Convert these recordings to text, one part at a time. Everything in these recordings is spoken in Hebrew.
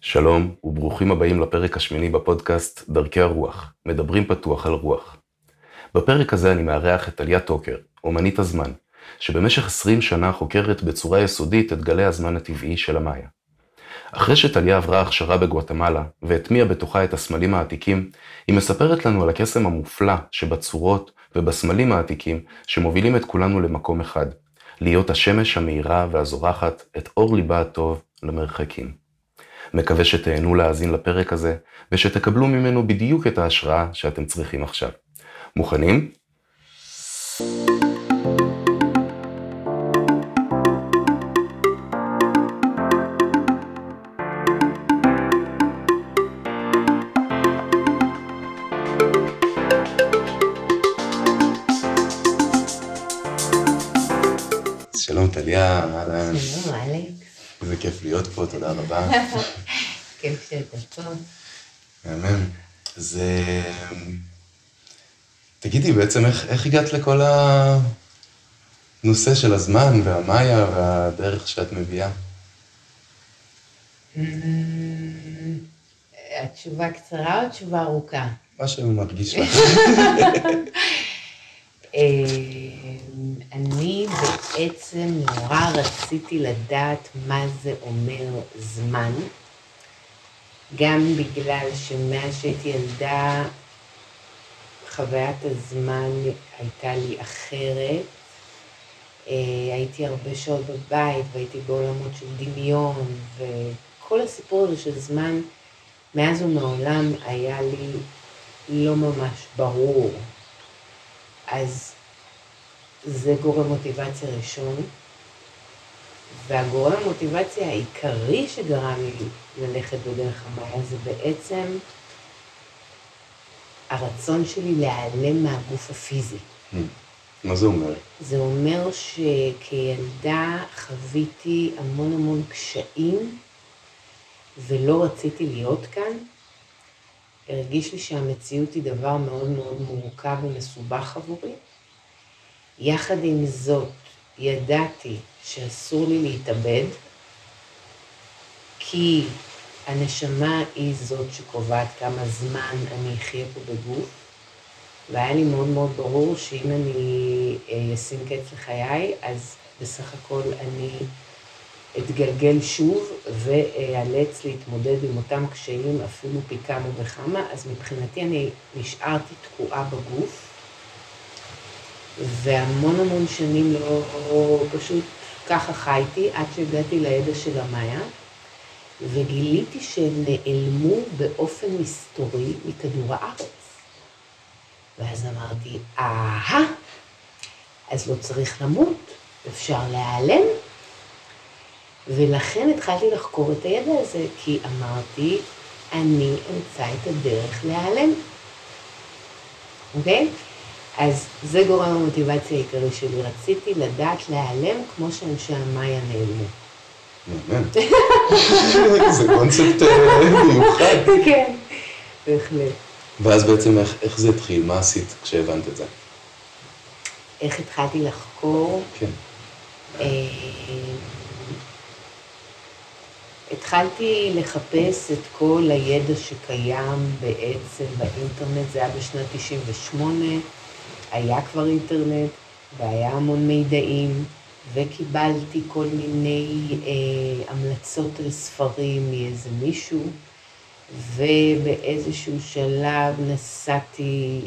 שלום וברוכים הבאים לפרק השמיני בפודקאסט דרכי הרוח, מדברים פתוח על רוח. בפרק הזה אני מארח את טליה טוקר, אומנית הזמן, שבמשך 20 שנה חוקרת בצורה יסודית את גלי הזמן הטבעי של המאיה. אחרי שטליה עברה הכשרה בגואטמלה והטמיעה בתוכה את הסמלים העתיקים, היא מספרת לנו על הקסם המופלא שבצורות ובסמלים העתיקים שמובילים את כולנו למקום אחד, להיות השמש המאירה והזורחת את אור ליבה הטוב למרחקים. מקווה שתהנו להאזין לפרק הזה, ושתקבלו ממנו בדיוק את ההשראה שאתם צריכים עכשיו. מוכנים? שלום טליה, אהלן. שלום אלכס. איזה כיף להיות פה, תודה רבה. כיף שאתה פה. מהמם. אז תגידי בעצם איך הגעת לכל הנושא של הזמן והמאיה והדרך שאת מביאה? התשובה קצרה או תשובה ארוכה? מה שהוא מרגיש לך. אני בעצם נורא רציתי לדעת מה זה אומר זמן, גם בגלל שמאז שהייתי ילדה חוויית הזמן הייתה לי אחרת. הייתי הרבה שעות בבית והייתי בעולמות של דמיון, וכל הסיפור הזה של זמן מאז ומעולם היה לי לא ממש ברור. אז זה גורם מוטיבציה ראשון, והגורם המוטיבציה העיקרי שגרם לי ללכת בדרך המאיה זה בעצם הרצון שלי להיעלם מהגוף הפיזי. מה זה אומר? זה אומר שכילדה חוויתי המון קשיים ולא רציתי להיות כאן. הרגיש לי שהמציאות היא דבר מאוד מורכב ומסובך עבורי. יחד עם זאת, ידעתי שאסור לי להתאבד, כי הנשמה היא זאת שקובעת כמה זמן אני אחיה פה בגוף, והיה לי מאוד ברור שאם אני אשים קץ לחיי, אז בסך הכל אני אתגלגל שוב ואאלץ להתמודד עם אותם קשיים אפילו פי כמה וכמה. אז מבחינתי אני נשארתי תקועה בגוף, והמון שנים לא פשוט ככה חייתי עד שהגעתי לידע של המאיה, וגיליתי שהם נעלמו באופן מסתורי מכדור הארץ. ואז אמרתי, אז לא צריך למות, אפשר להיעלם. ולכן התחלתי לחקור את הידע הזה, כי אמרתי, אני אמצא את הדרך להיעלם. אוקיי? אז זה גורם המוטיבציה העיקרי שלי. רציתי לדעת להיעלם כמו שאנשי המאיה נעלמו. זה קונספט מיוחד. כן, בהחלט. ואז בעצם איך זה התחיל? מה עשית כשהבנת את זה? איך התחלתי לחקור? כן. התחלתי לחפש את כל הידע שקיים בעצם באינטרנט. זה היה בשנת 98, היה כבר אינטרנט והיה המון מידעים, וקיבלתי כל מיני המלצות על ספרים מאיזה מישהו, ובאיזשהו שלב נסעתי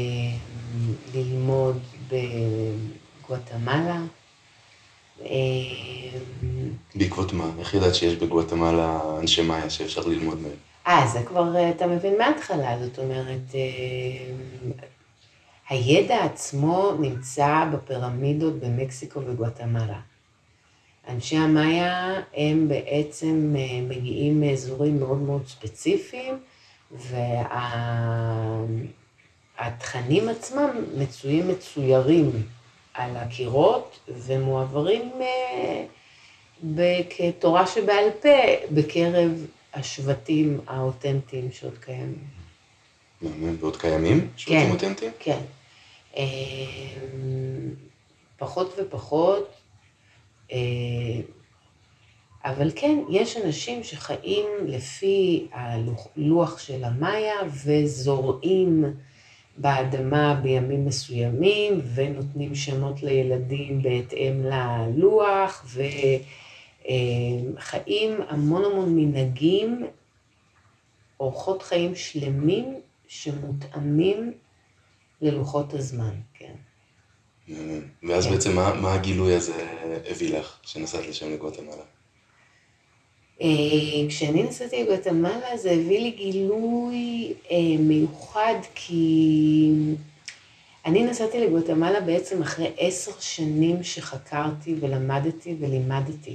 ללמוד בגואטמלה. בעקבות מה? איך ידעת שיש בגואטמלה אנשי מאיה שאפשר ללמוד מהם? זה כבר אתה מבין מההתחלה, זאת אומרת, הידע עצמו נמצא בפירמידות במקסיקו וגואטמלה. אנשי המאיה הם בעצם מגיעים מאזורים מאוד ספציפיים, והתכנים עצמם מצוירים על הקירות ומועברים כתורה שבעל פה בקרב השבטים האותנטיים שעוד קיימים. ועוד קיימים? שבטים אותנטיים? כן. פחות ופחות אבל כן, יש אנשים שחיים לפי הלוח של המאיה וזורעים באדמה בימים מסוימים ונותנים שמות לילדים בהתאם ללוח וחיים המון מנהגים, אורחות חיים שלמים שמותאמים ללוחות הזמן, כן. ואז בעצם מה הגילוי הזה הביא לך, שנסעת לשם לגואטמלה? כשאני נסעתי לגואטמלה זה הביא לי גילוי מיוחד, כי אני נסעתי לגואטמלה בעצם אחרי 10 שנים שחקרתי ולמדתי ולימדתי.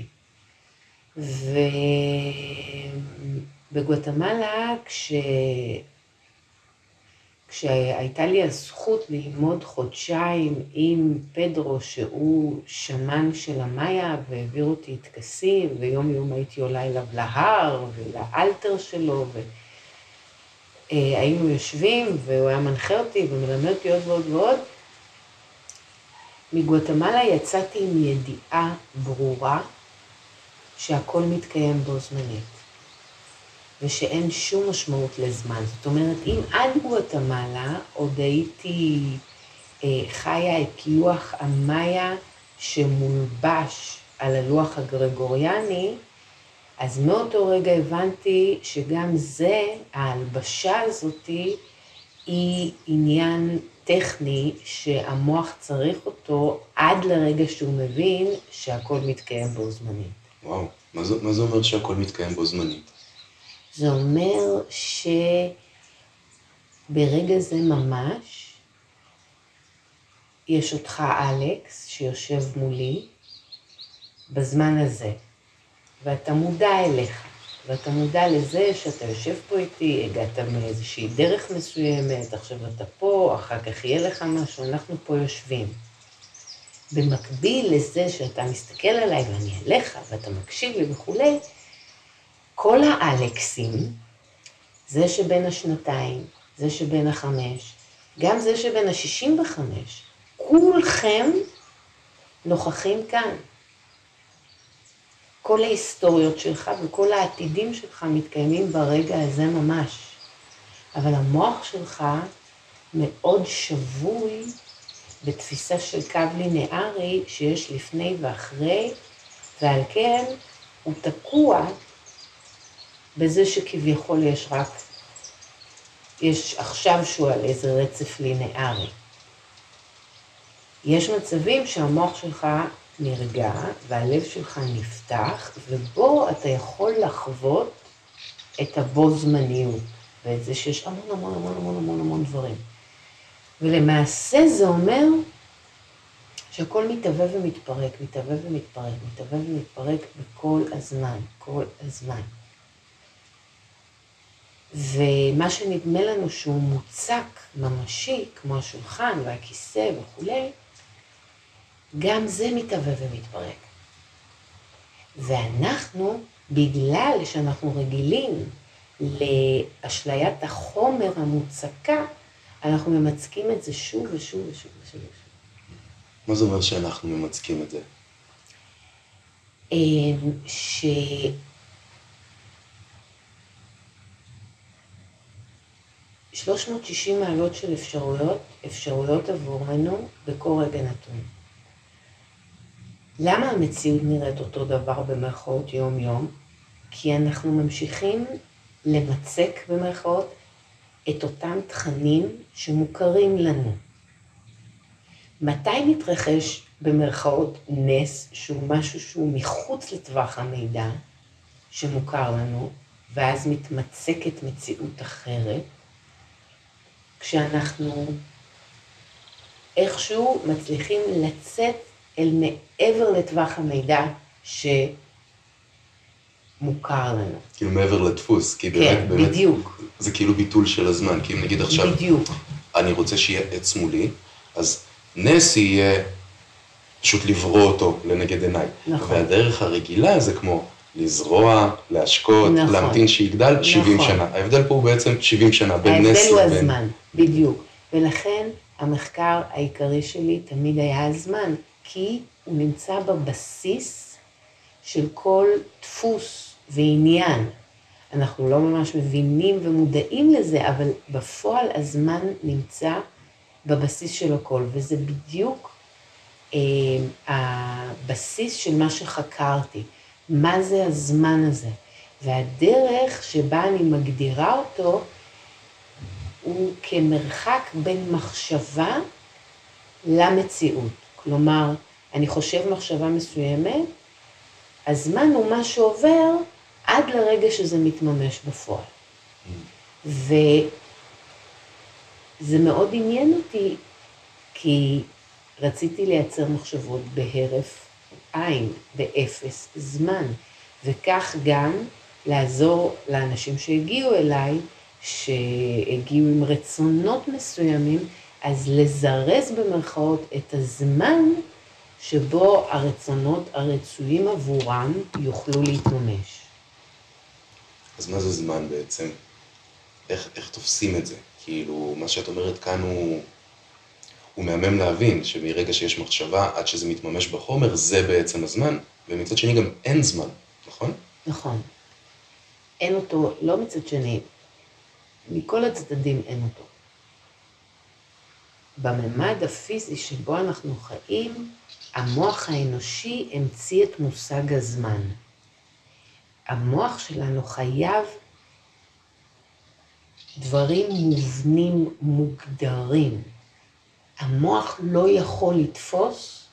ובגואטמלה כשהייתה לי הזכות ללמוד חודשיים עם פדרו, שהוא שמן של המאיה, והעביר אותי טקסים, ויום יום הייתי עולה אליו להר ולאלתר שלו, והיינו יושבים, והוא היה מנחה אותי ומלמד אותי עוד ועוד ועוד. מגואטמלה יצאתי עם ידיעה ברורה שהכל מתקיים בו זמנית. ושאין שום משמעות לזמן. זאת אומרת, אם עד גואטמלה עוד הייתי חיה את לוח המאיה שמולבש על הלוח הגרגוריאני, אז מאותו רגע הבנתי שגם זה, ההלבשה הזאת, היא עניין טכני שהמוח צריך אותו עד לרגע שהוא מבין שהכל מתקיים בו זמנית. וואו, מה זה אומר שהכל מתקיים בו זמנית? זה אומר שברגע זה ממש, יש אותך אלכס שיושב מולי בזמן הזה, ואתה מודע אליך, ואתה מודע לזה שאתה יושב פה איתי, הגעת מאיזושהי דרך מסוימת, עכשיו אתה פה, אחר כך יהיה לך משהו, אנחנו פה יושבים. במקביל לזה שאתה מסתכל עליי ואני אליך, ואתה מקשיב לי וכו', כל האלכסים, זה שבין השנתיים, זה שבין 5, גם זה שבין 65, כולכם נוכחים כאן. כל ההיסטוריות שלך וכל העתידים שלך מתקיימים ברגע הזה ממש. אבל המוח שלך מאוד שבוי בתפיסה של קו לינארי שיש לפני ואחרי, ועל כן הוא תקוע בזה שכביכול יש עכשיו שהוא על איזה רצף לינארי. יש מצבים שהמוח שלך נרגע והלב שלך נפתח, ובו אתה יכול לחוות את הבו זמניות, ואת זה שיש המון דברים. ולמעשה זה אומר שהכל מתהווה ומתפרק, בכל הזמן, כל הזמן. ומה שנדמה לנו שהוא מוצק, ממשי, כמו השולחן והכיסא וכו', גם זה מתהווה ומתפרק. ואנחנו, בגלל שאנחנו רגילים לאשליית החומר המוצקה, אנחנו ממצקים את זה שוב ושוב. מה זה אומר שאנחנו ממצקים את זה? 360 מעלות של אפשרויות עבורנו בכל רגע נתון. למה המציאות נראית אותו דבר במרכאות יום יום? כי אנחנו ממשיכים למצק במרכאות את אותם תכנים שמוכרים לנו. מתי מתרחש במרכאות נס שהוא משהו שהוא מחוץ לטווח המידע שמוכר לנו, ואז מתמצקת מציאות אחרת? כשאנחנו איכשהו מצליחים לצאת אל מעבר לטווח המידע שמוכר לנו. כאילו מעבר לדפוס, כי כן, באמת, בדיוק. זה כאילו ביטול של הזמן, כי אם נגיד עכשיו, בדיוק. אני רוצה שיהיה עץ מולי, אז נס יהיה פשוט לברוא אותו לנגד עיניי. נכון. והדרך הרגילה זה כמו לזרוע, להשקות, נכון. להמתין שיגדל 70 נכון. שנה. ההבדל פה הוא בעצם 70 שנה, בין נס ההבדל הוא לבין... הזמן, בדיוק. ולכן המחקר העיקרי שלי תמיד היה הזמן, כי הוא נמצא בבסיס של כל דפוס ועניין. אנחנו לא ממש מבינים ומודעים לזה, אבל בפועל הזמן נמצא בבסיס של הכל, וזה בדיוק הבסיס של מה שחקרתי. מה זה הזמן הזה? והדרך שבה אני מגדירה אותו, הוא כמרחק בין מחשבה למציאות. כלומר, אני חושב מחשבה מסוימת, הזמן הוא מה שעובר עד לרגע שזה מתממש בפועל. וזה מאוד עניין אותי, כי רציתי לייצר מחשבות בהרף עין, באפס זמן, וכך גם לעזור לאנשים שהגיעו אליי, שהגיעו עם רצונות מסוימים, אז לזרז במרכאות את הזמן שבו הרצונות הרצויים עבורם יוכלו להתממש. אז מה זה זמן בעצם? איך תופסים את זה? כאילו, מה שאת אומרת כאן הוא מהמם להבין שמרגע שיש מחשבה עד שזה מתממש בחומר, זה בעצם הזמן, ומצד שני גם אין זמן, נכון? נכון. אין אותו, לא מצד שני, מכל הצדדים אין אותו. בממד הפיזי שבו אנחנו חיים, המוח האנושי המציא את מושג הזמן. המוח שלנו חייב דברים מובנים, מוגדרים. המוח לא יכול לתפוס,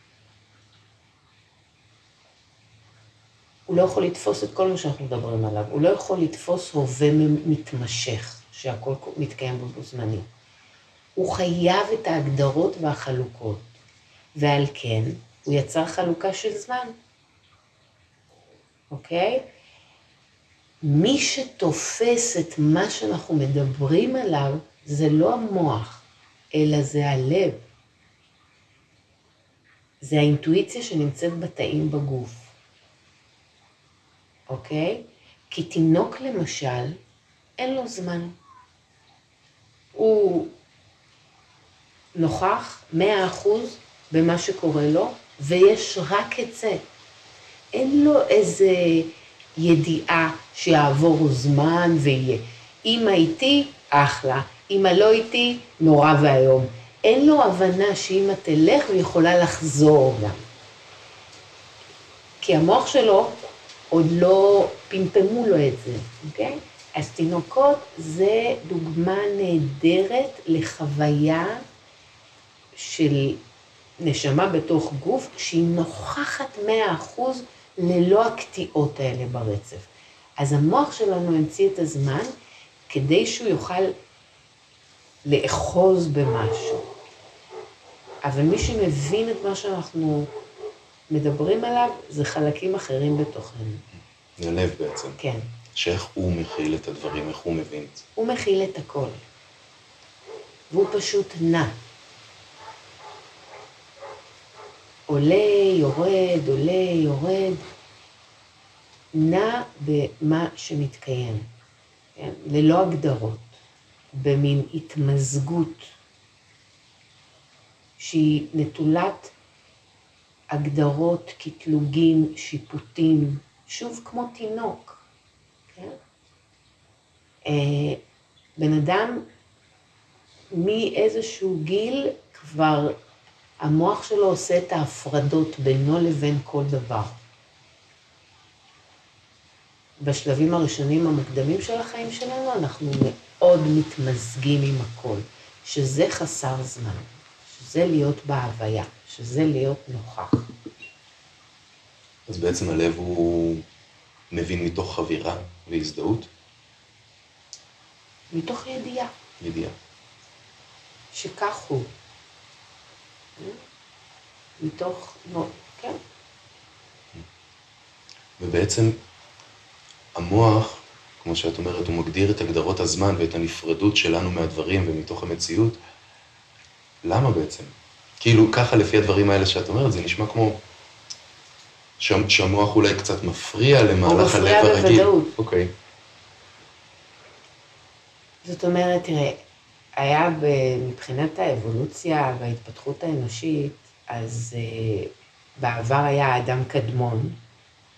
הוא לא יכול לתפוס את כל מה שאנחנו מדברים עליו, הוא לא יכול לתפוס הווה מתמשך, שהכל מתקיים בו זמני. הוא חייב את ההגדרות והחלוקות, ועל כן הוא יצר חלוקה של זמן. אוקיי? מי שתופס את מה שאנחנו מדברים עליו, זה לא המוח, אלא זה הלב. זה האינטואיציה שנמצאת בתאים בגוף. אוקיי? כי תינוק למשל, אין לו זמן. הוא נוכח 100% במה שקורה לו, ויש רק את זה. אין לו איזה ידיעה שיעבור זמן ויהיה. אמא איתי, אחלה. אמא לא איתי, נורא והיום. אין לו הבנה שאמא תלך ויכולה לחזור גם. כי המוח שלו עוד לא פמפמו לו את זה, אוקיי? אז תינוקות זה דוגמה נהדרת לחוויה של נשמה בתוך גוף, שהיא נוכחת 100% ללא הקטיעות האלה ברצף. אז המוח שלנו המציא את הזמן, כדי שהוא יוכל לאחוז במשהו. אבל מי שמבין את מה שאנחנו מדברים עליו, זה חלקים אחרים בתוכנו. זה לב בעצם. כן. שאיך הוא מכיל את הדברים, איך הוא מבין את זה. הוא מכיל את הכל. והוא פשוט נע. עולה, יורד, עולה, יורד. נע במה שמתקיים. כן? ללא הגדרות. במין התמזגות שהיא נטולת הגדרות, קטלוגים, שיפוטים, שוב כמו תינוק. כן? בן אדם מאיזשהו גיל כבר המוח שלו עושה את ההפרדות בינו לבין כל דבר. בשלבים הראשונים המוקדמים של החיים שלנו אנחנו מאוד מתמזגים עם הכל, שזה חסר זמן, שזה להיות בהוויה, שזה להיות נוכח. אז בעצם הלב הוא מבין מתוך חבירה והזדהות? מתוך ידיעה. ידיעה. שכך הוא. מתוך, כן. ובעצם המוח, כמו שאת אומרת, הוא מגדיר את הגדרות הזמן ואת הנפרדות שלנו מהדברים ומתוך המציאות. למה בעצם? כאילו ככה לפי הדברים האלה שאת אומרת, זה נשמע כמו שהמוח אולי קצת מפריע למהלך הלב הרגיל. הוא מפריע בוודאות. אוקיי. זאת אומרת, תראה, היה מבחינת האבולוציה וההתפתחות האנושית, אז בעבר היה האדם קדמון,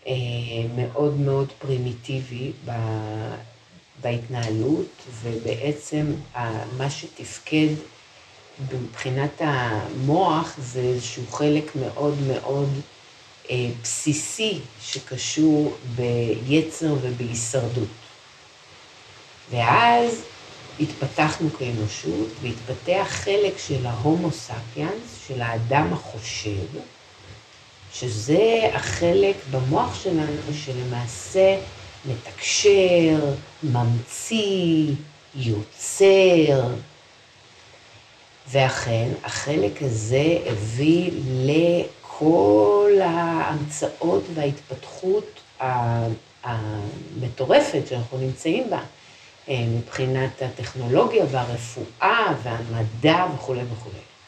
מאוד מאוד פרימיטיבי בהתנהלות, ובעצם מה שתפקד מבחינת המוח זה איזשהו חלק מאוד מאוד בסיסי שקשור ביצר ובהישרדות. ואז התפתחנו כאנושות, והתפתח חלק של ההומו ספיאנס, של האדם החושב, שזה החלק במוח שלנו שלמעשה מתקשר, ממציא, יוצר. ואכן, החלק הזה הביא לכל ההמצאות וההתפתחות המטורפת שאנחנו נמצאים בה, מבחינת הטכנולוגיה והרפואה והמדע וכו' וכו'.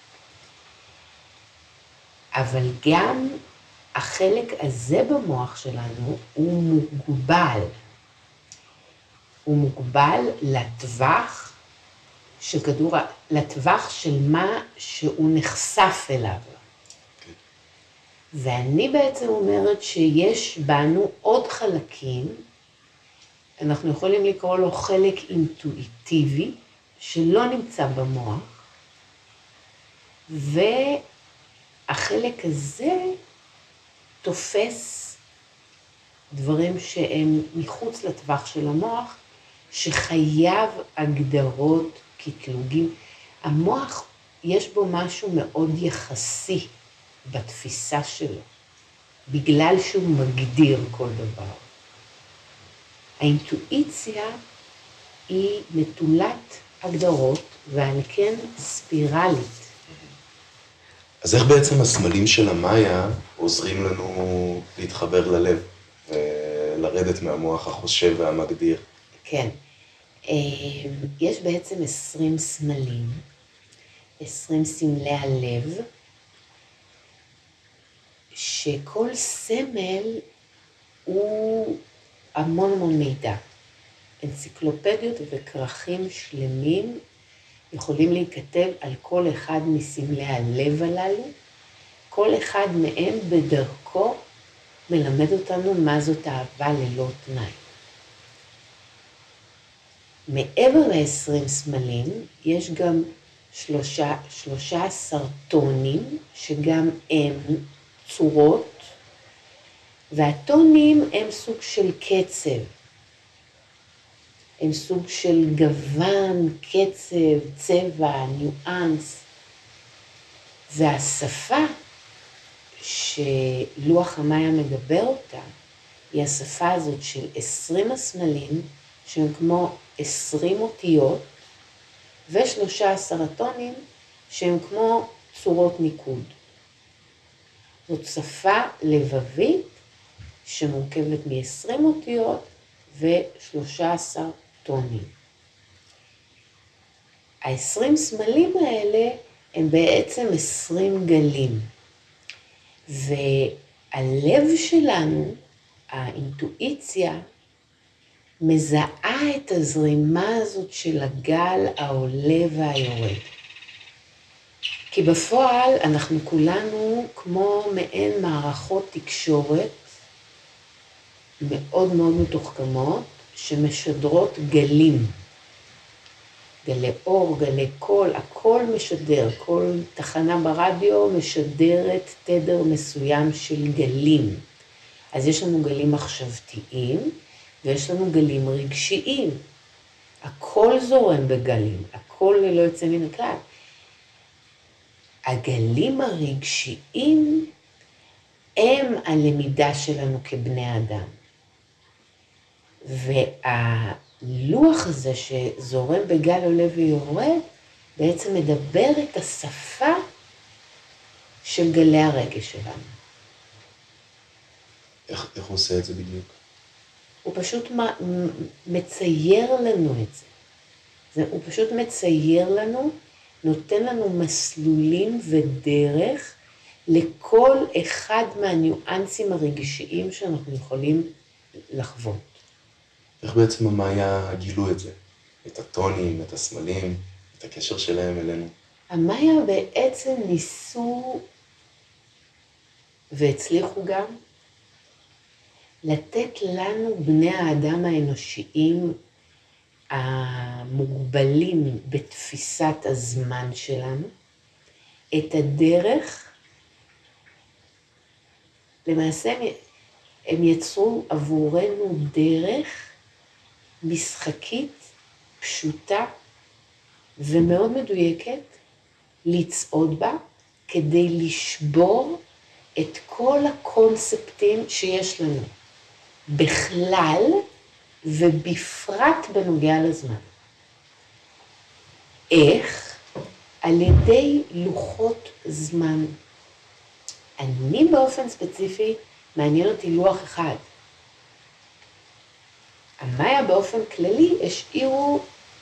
אבל גם החלק הזה במוח שלנו הוא מוגבל. הוא מוגבל לטווח של לטווח של מה שהוא נחשף אליו. ואני בעצם אומרת שיש בנו עוד חלקים, אנחנו יכולים לקרוא לו חלק אינטואיטיבי, שלא נמצא במוח, והחלק הזה תופס דברים שהם מחוץ לטווח של המוח, שחייב הגדרות כקלוגים. המוח יש בו משהו מאוד יחסי בתפיסה שלו, בגלל שהוא מגדיר כל דבר. האינטואיציה היא נטולת הגדרות, ועל כן ספירלית. אז איך בעצם הסמלים של המאיה עוזרים לנו להתחבר ללב, ולרדת מהמוח החושב והמגדיר? כן. יש בעצם 20 סמלים, 20 סמלי הלב, שכל סמל הוא המון מידע. אנציקלופדיות וכרכים שלמים יכולים להיכתב על כל אחד מסמלי הלב הללו. כל אחד מהם בדרכו מלמד אותנו מה זאת אהבה ללא תנאי. מעבר ל-20 סמלים, יש גם 13 טונים, שגם הם צורות, והטונים הם סוג של קצב. הם סוג של גוון, קצב, צבע, ניואנס. והשפה שלוח המאיה מדבר אותה, היא השפה הזאת של 20 הסמלים, שהם כמו 20 אותיות, ו13 הטונים שהם כמו צורות ניקוד. זאת שפה לבבית שמורכבת מ-20 אותיות ו13 טונים. ה-20 סמלים האלה הם בעצם 20 גלים. והלב שלנו, האינטואיציה, מזהה את הזרימה הזאת של הגל העולה והיורד. כי בפועל אנחנו כולנו כמו מעין מערכות תקשורת מאוד מאוד מתוחכמות, שמשדרות גלים. גלי אור, גלי קול, הכל משדר, כל תחנה ברדיו משדרת תדר מסוים של גלים. אז יש לנו גלים מחשבתיים, ויש לנו גלים רגשיים. הכל זורם בגלים, הכל ללא יוצא מן הכלל. הגלים הרגשיים הם הלמידה שלנו כבני אדם. והלוח הזה שזורם בגל עולה ויורד, בעצם מדבר את השפה של גלי הרגש שלנו. איך הוא עושה את זה בדיוק? הוא פשוט מצייר לנו את זה. הוא פשוט מצייר לנו, נותן לנו מסלולים ודרך לכל אחד מהניואנסים הרגשיים שאנחנו יכולים לחוות. איך בעצם המאיה גילו את זה? את הטונים, את הסמלים, את הקשר שלהם אלינו? המאיה בעצם ניסו, והצליחו גם, לתת לנו, בני האדם האנושיים, המוגבלים בתפיסת הזמן שלנו, את הדרך, למעשה הם יצרו עבורנו דרך משחקית, פשוטה ומאוד מדויקת, לצעוד בה כדי לשבור את כל הקונספטים שיש לנו, בכלל ובפרט בנוגע לזמן. איך? על ידי לוחות זמן. אני באופן ספציפי מעניין אותי לוח אחד. המאיה באופן כללי השאירו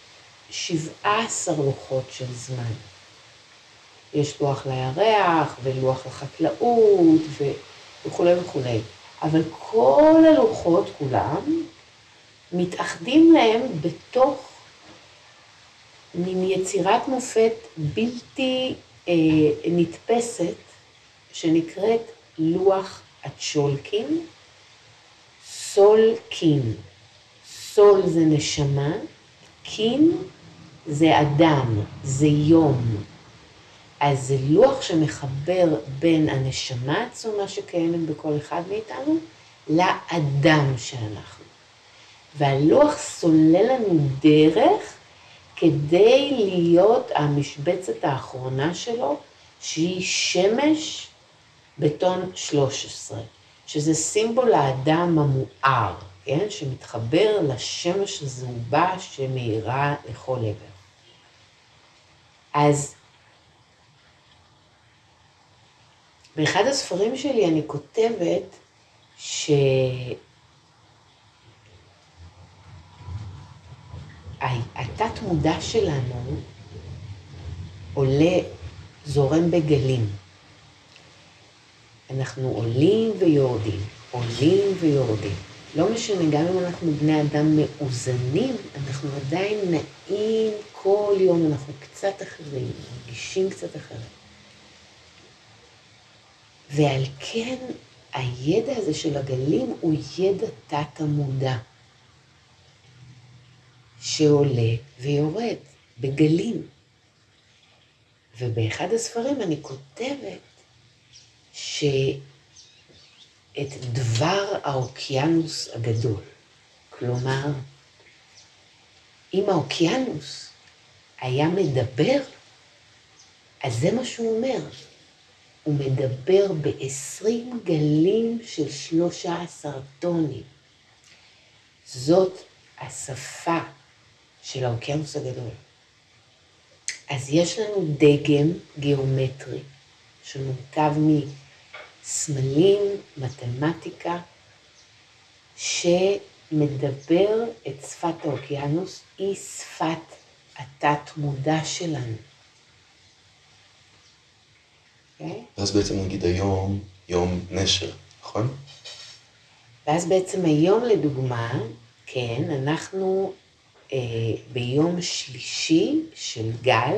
17 לוחות של זמן. יש לוח לירח ולוח לחקלאות וכו' וכו'. אבל כל הלוחות כולם מתאחדים להם בתוך מין יצירת מופת בלתי נתפסת שנקראת לוח הצ'ולקין, סול קין. סול זה נשמה, קין זה אדם, זה יום. אז זה לוח שמחבר בין הנשמה העצומה שקיימת בכל אחד מאיתנו, לאדם שאנחנו. והלוח סולל לנו דרך כדי להיות המשבצת האחרונה שלו, שהיא שמש בטון 13, שזה סימבול האדם המואר, כן? שמתחבר לשמש הזהובה שמאירה לכל עבר. אז באחד הספרים שלי אני כותבת התת מודע שלנו עולה, זורם בגלים. אנחנו עולים ויורדים, עולים ויורדים. לא משנה, גם אם אנחנו בני אדם מאוזנים, אנחנו עדיין נעים כל יום, אנחנו קצת אחרים, מרגישים קצת אחרים. ועל כן הידע הזה של הגלים הוא ידע תת המודע, שעולה ויורד בגלים. ובאחד הספרים אני כותבת שאת דבר האוקיינוס הגדול, כלומר, אם האוקיינוס היה מדבר, אז זה מה שהוא אומר. הוא מדבר ב-20 גלים של 13 טונים. זאת השפה של האוקיינוס הגדול. אז יש לנו דגם גיאומטרי שמורכב מסמלים, מתמטיקה, שמדבר את שפת האוקיינוס, היא שפת התת מודע שלנו. אז בעצם נגיד היום, יום נשר, נכון? ואז בעצם היום לדוגמה, כן, אנחנו ביום שלישי של גל,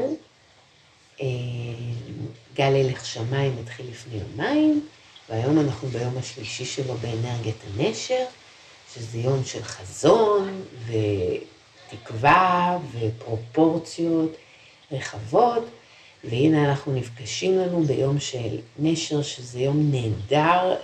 גל הלך שמיים התחיל לפני יומיים, והיום אנחנו ביום השלישי שלו באנרגיית הנשר, שזה יום של חזון ותקווה ופרופורציות רחבות, והנה אנחנו נפגשים לנו ביום של נשר, שזה יום נהדר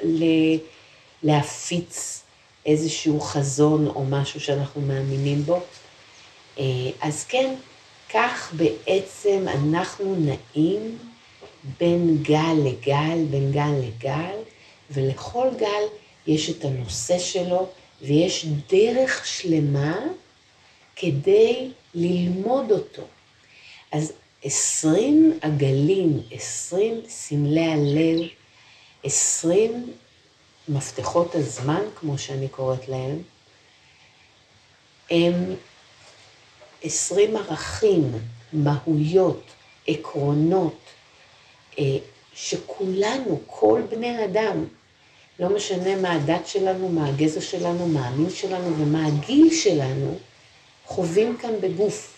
להפיץ איזשהו חזון או משהו שאנחנו מאמינים בו. אז כן, כך בעצם אנחנו נעים בין גל לגל, בין גל לגל, ולכל גל יש את הנושא שלו, ויש דרך שלמה כדי ללמוד אותו. אז 20 עגלים, 20 סמלי הלב, 20 מפתחות הזמן, כמו שאני קוראת להם, הם 20 ערכים, מהויות, עקרונות, שכולנו, כל בני אדם, לא משנה מה הדת שלנו, מה הגזע שלנו, מה המין שלנו ומה הגיל שלנו, חווים כאן בגוף.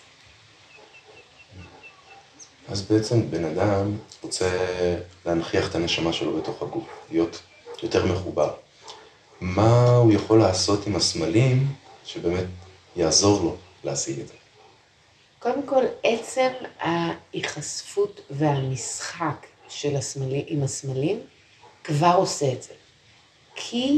אז בעצם בן אדם רוצה להנכיח את הנשמה שלו בתוך הגוף, להיות יותר מחובר. מה הוא יכול לעשות עם הסמלים שבאמת יעזור לו להשיג את זה? קודם כל, עצם ההיחשפות והמשחק של הסמלים, עם הסמלים, כבר עושה את זה. כי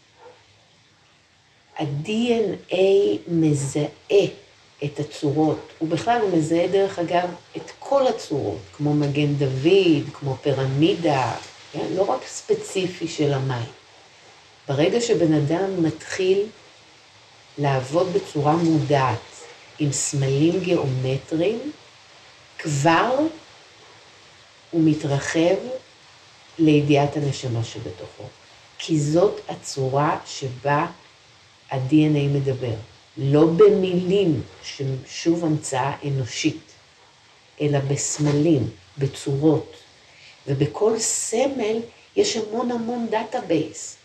ה-DNA מזהה את הצורות, ובכלל הוא מזהה דרך אגב את כל הצורות, כמו מגן דוד, כמו פירמידה, כן? לא רק ספציפי של המים. ברגע שבן אדם מתחיל לעבוד בצורה מודעת עם סמלים גיאומטריים, כבר הוא מתרחב לידיעת הנשמה שבתוכו. כי זאת הצורה שבה ה-DNA מדבר. לא במילים, ששוב המצאה אנושית, אלא בסמלים, בצורות. ובכל סמל יש המון המון דאטאבייס.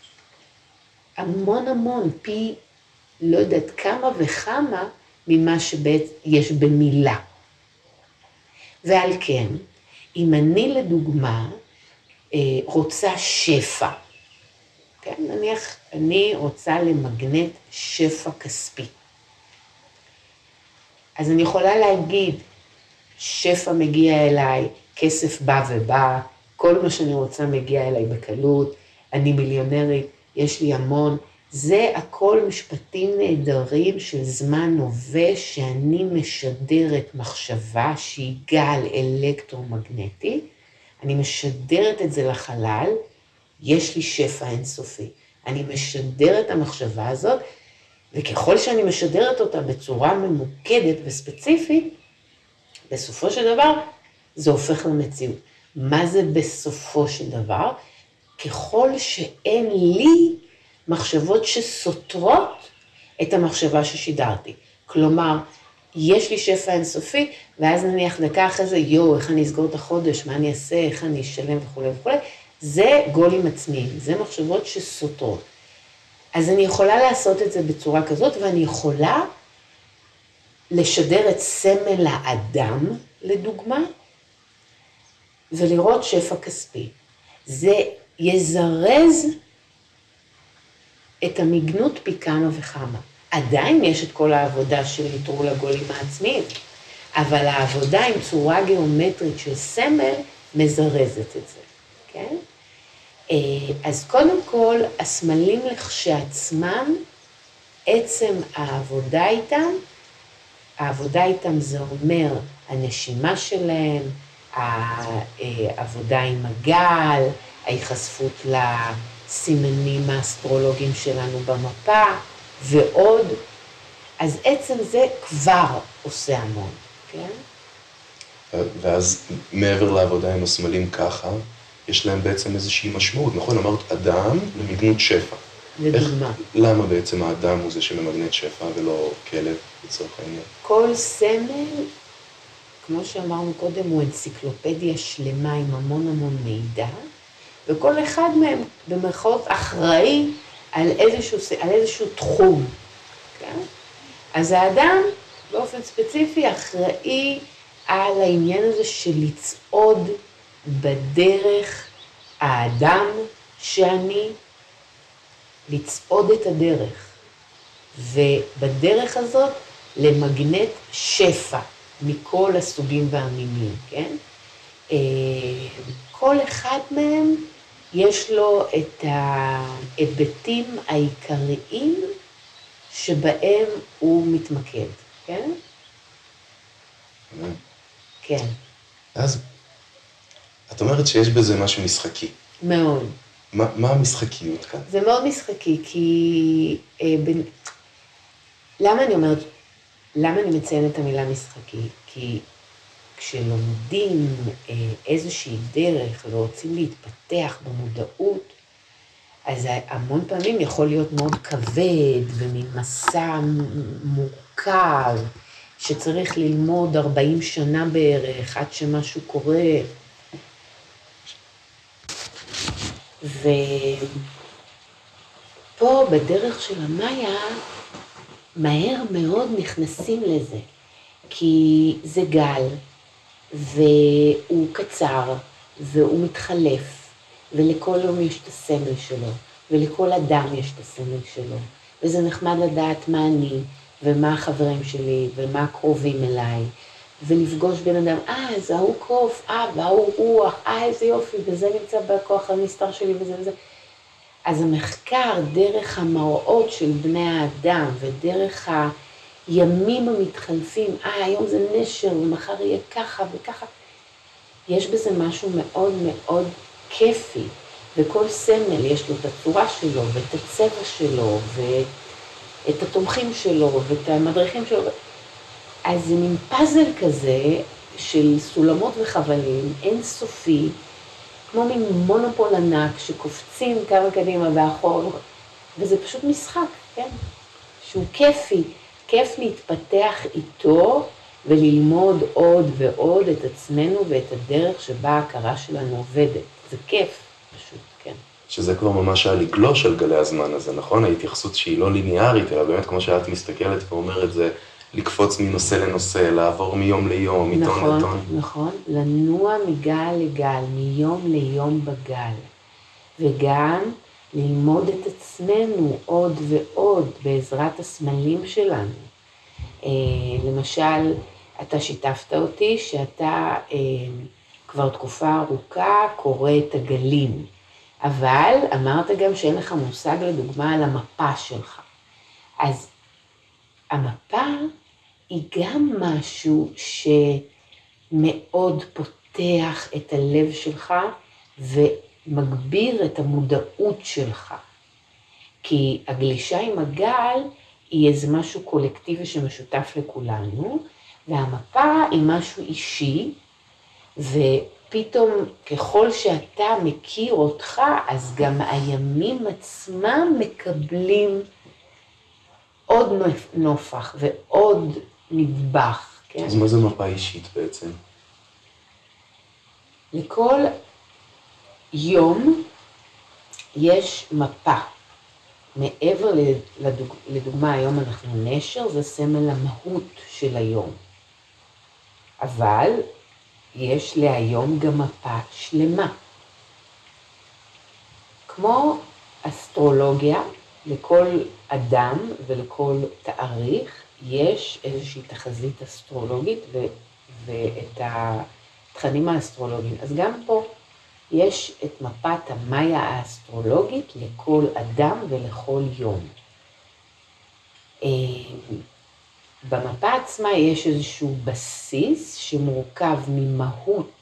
המון פי לא יודעת כמה וכמה ממה שיש במילה. ועל כן, אם אני לדוגמה רוצה שפע, כן? נניח אני רוצה למגנט שפע כספי. אז אני יכולה להגיד, שפע מגיע אליי, כסף בא ובא, כל מה שאני רוצה מגיע אליי בקלות, אני מיליונרית, יש לי המון. זה הכל משפטים נהדרים של זמן הווה, שאני משדרת מחשבה שהיא גל אלקטרומגנטי, אני משדרת את זה לחלל, יש לי שפע אינסופי. אני משדרת המחשבה הזאת, וככל שאני משדרת אותה בצורה ממוקדת וספציפית, בסופו של דבר זה הופך למציאות. מה זה בסופו של דבר? ככל שאין לי מחשבות שסותרות את המחשבה ששידרתי. כלומר, יש לי שפע אינסופי, ואז נניח דקה אחרי זה, איך אני אסגור את החודש, מה אני אעשה, איך אני אשלם וכו' וכו'. זה גולים עצמיים, זה מחשבות שסותרות. אז אני יכולה לעשות את זה בצורה כזאת, ואני יכולה לשדר את סמל האדם, לדוגמה, ולראות שפע כספי. זה יזרז את המגנות פי כמה וכמה. עדיין יש את כל העבודה של ניטרול הגולים העצמיים, אבל העבודה עם צורה גיאומטרית של סמל מזרזת את זה, כן? אז קודם כל, הסמלים לכשעצמם, עצם העבודה איתם זה אומר הנשימה שלהם, העבודה עם הגל, ההיחשפות לסימנים האסטרולוגיים שלנו במפה, ועוד. אז עצם זה כבר עושה המון, כן? ואז מעבר לעבודה עם הסמלים ככה, יש להם בעצם איזושהי משמעות, נכון? אמרת אדם למגנות שפע. לדוגמה. למה בעצם האדם הוא זה שממגנט שפע ולא כלב לצורך העניין? כל סמל, כמו שאמרנו קודם, הוא אנציקלופדיה שלמה עם המון מידע, וכל אחד מהם במרכאות אחראי על איזשהו תחום. כן? אז האדם באופן ספציפי אחראי על העניין הזה של לצעוד בדרך האדם שאני, לצעוד את הדרך, ובדרך הזאת למגנט שפע מכל הסוגים והמינים, כן? כל אחד מהם יש לו את ההיבטים העיקריים שבהם הוא מתמקד, כן? כן. אז את אומרת שיש בזה משהו משחקי. מאוד. מה המשחקיות כאן? זה מאוד משחקי, כי למה אני מציינת את המילה משחקי? כי כשלומדים איזושהי דרך ורוצים להתפתח במודעות, אז המון פעמים יכול להיות מאוד כבד ומין מסע מורכב, שצריך ללמוד 40 שנה בערך עד שמשהו קורה. ופה בדרך של המאיה, מהר מאוד נכנסים לזה, כי זה גל, והוא קצר, והוא מתחלף, ולכל יום יש את הסמל שלו, ולכל אדם יש את הסמל שלו, וזה נחמד לדעת מה אני, ומה החברים שלי, ומה הקרובים אליי, ולפגוש בן אדם, זה ההוא קוף, וההוא רוח, איזה יופי, וזה נמצא בכוח הנסתר שלי, וזה וזה. אז המחקר דרך המראות של בני האדם, ודרך הימים המתחלפים, היום זה נשר, ומחר יהיה ככה וככה, יש בזה משהו מאוד מאוד כיפי, וכל סמל יש לו את הצורה שלו, ואת הצבע שלו, ואת התומכים שלו, ואת המדריכים שלו. אז זה מין פאזל כזה של סולמות וחבלים, אינסופי, כמו מין מונופול ענק שקופצים כמה קדימה ואחור, וזה פשוט משחק, כן? שהוא כיפי, כיף להתפתח איתו וללמוד עוד ועוד את עצמנו ואת הדרך שבה ההכרה שלנו עובדת. זה כיף, פשוט, כן. שזה כבר ממש לגלוש על גלי הזמן הזה, נכון? ההתייחסות שהיא לא ליניארית, אלא באמת כמו שאת מסתכלת ואומרת, זה לקפוץ מנושא לנושא, לעבור מיום ליום, מטון לטון. נכון, לנוע מגל לגל, מיום ליום בגל, וגם ללמוד את עצמנו עוד ועוד בעזרת הסמלים שלנו. למשל, אתה שיתפת אותי שאתה כבר תקופה ארוכה קורא את הגלים, אבל אמרת גם שאין לך מושג לדוגמה על המפה שלך. אז המפה היא גם משהו שמאוד פותח את הלב שלך ומגביר את המודעות שלך. כי הגלישה עם הגל היא איזה משהו קולקטיבי שמשותף לכולנו, והמפה היא משהו אישי, ופתאום ככל שאתה מכיר אותך, אז גם הימים עצמם מקבלים עוד נופח ועוד נדבך. כן? אז מה זה מפה אישית בעצם? לכל יום יש מפה. מעבר לדוגמה, היום אנחנו נשר, זה סמל המהות של היום. אבל יש להיום גם מפה שלמה. כמו אסטרולוגיה, לכל אדם ולכל תאריך יש איזושהי תחזית אסטרולוגית ואת התכנים האסטרולוגיים. אז גם פה יש את מפת המאיה האסטרולוגית לכל אדם ולכל יום. במפה עצמה יש איזשהו בסיס שמורכב ממהות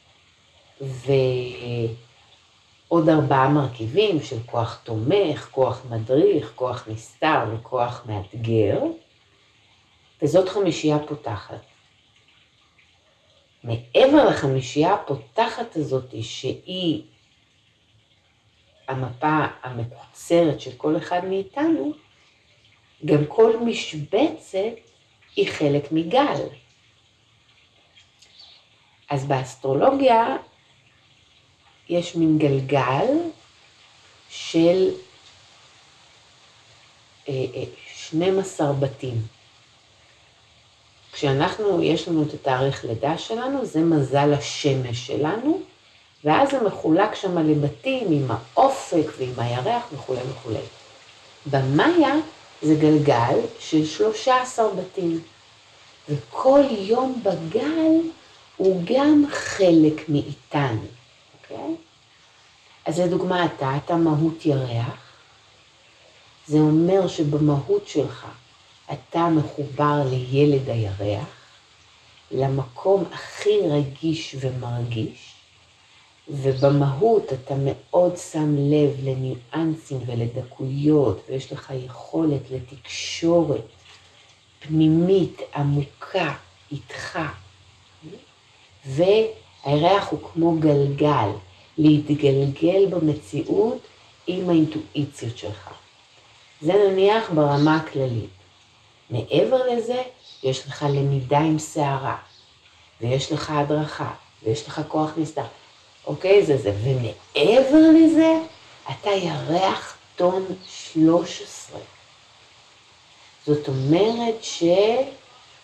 ועוד 4 מרכיבים של כוח תומך, כוח מדריך, כוח נסתר וכוח מאתגר, וזאת חמישייה פותחת. מעבר לחמישייה הפותחת הזאת שהיא המפה המקוצרת של כל אחד מאיתנו, גם כל משבצת היא חלק מגל. אז באסטרולוגיה יש מין גלגל של 12 בתים. כשאנחנו, יש לנו את התאריך לידה שלנו, זה מזל השמש שלנו, ואז זה מחולק שם לבתים עם האופק ועם הירח וכו' וכו'. במאיה זה גלגל של 13 בתים, וכל יום בגל הוא גם חלק מאיתנו, אוקיי? אז לדוגמה, אתה מהות ירח, זה אומר שבמהות שלך אתה מחובר לילד הירח, למקום הכי רגיש ומרגיש, ובמהות אתה מאוד שם לב לניואנסים ולדקויות, ויש לך יכולת לתקשורת פנימית עמוקה איתך. והירח הוא כמו גלגל, להתגלגל במציאות עם האינטואיציות שלך. זה נניח ברמה הכללית. מעבר לזה, יש לך למידה עם שערה, ויש לך הדרכה, ויש לך כוח נסתר. אוקיי, זה. ומעבר לזה, אתה ירח טון 13. זאת אומרת שאתה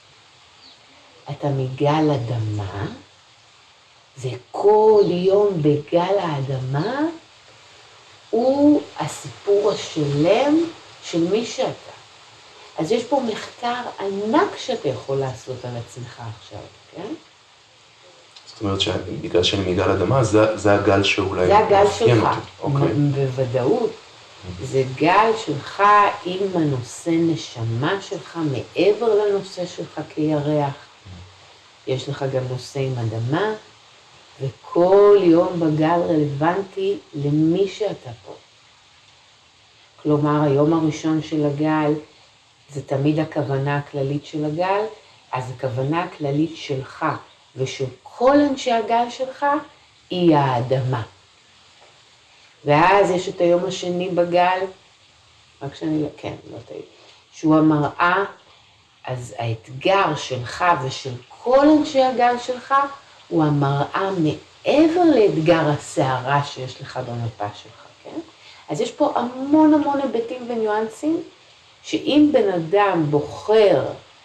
מגל אדמה, וכל יום בגל האדמה, הוא הסיפור השלם של מי שאתה. אז יש פה מחקר ענק שאתה יכול לעשות על עצמך עכשיו, כן? זאת אומרת שבגלל שאני מגל אדמה, זה הגל שאולי... זה הגל שלך, אוקיי. בוודאות. זה גל שלך עם הנושא נשמה שלך, מעבר לנושא שלך כירח. יש לך גם נושא עם אדמה, וכל יום בגל רלוונטי למי שאתה פה. כלומר, היום הראשון של הגל, זה תמיד הכוונה הכללית של הגל, אז הכוונה הכללית שלך ושל כל אנשי הגל שלך היא האדמה. ואז יש את היום השני בגל, רק שאני לא, כן, לא תהיי, שהוא המראה, אז האתגר שלך ושל כל אנשי הגל שלך, הוא המראה מעבר לאתגר הסערה שיש לך במפה שלך, כן? אז יש פה המון המון היבטים וניואנסים, שאם בן אדם בוחר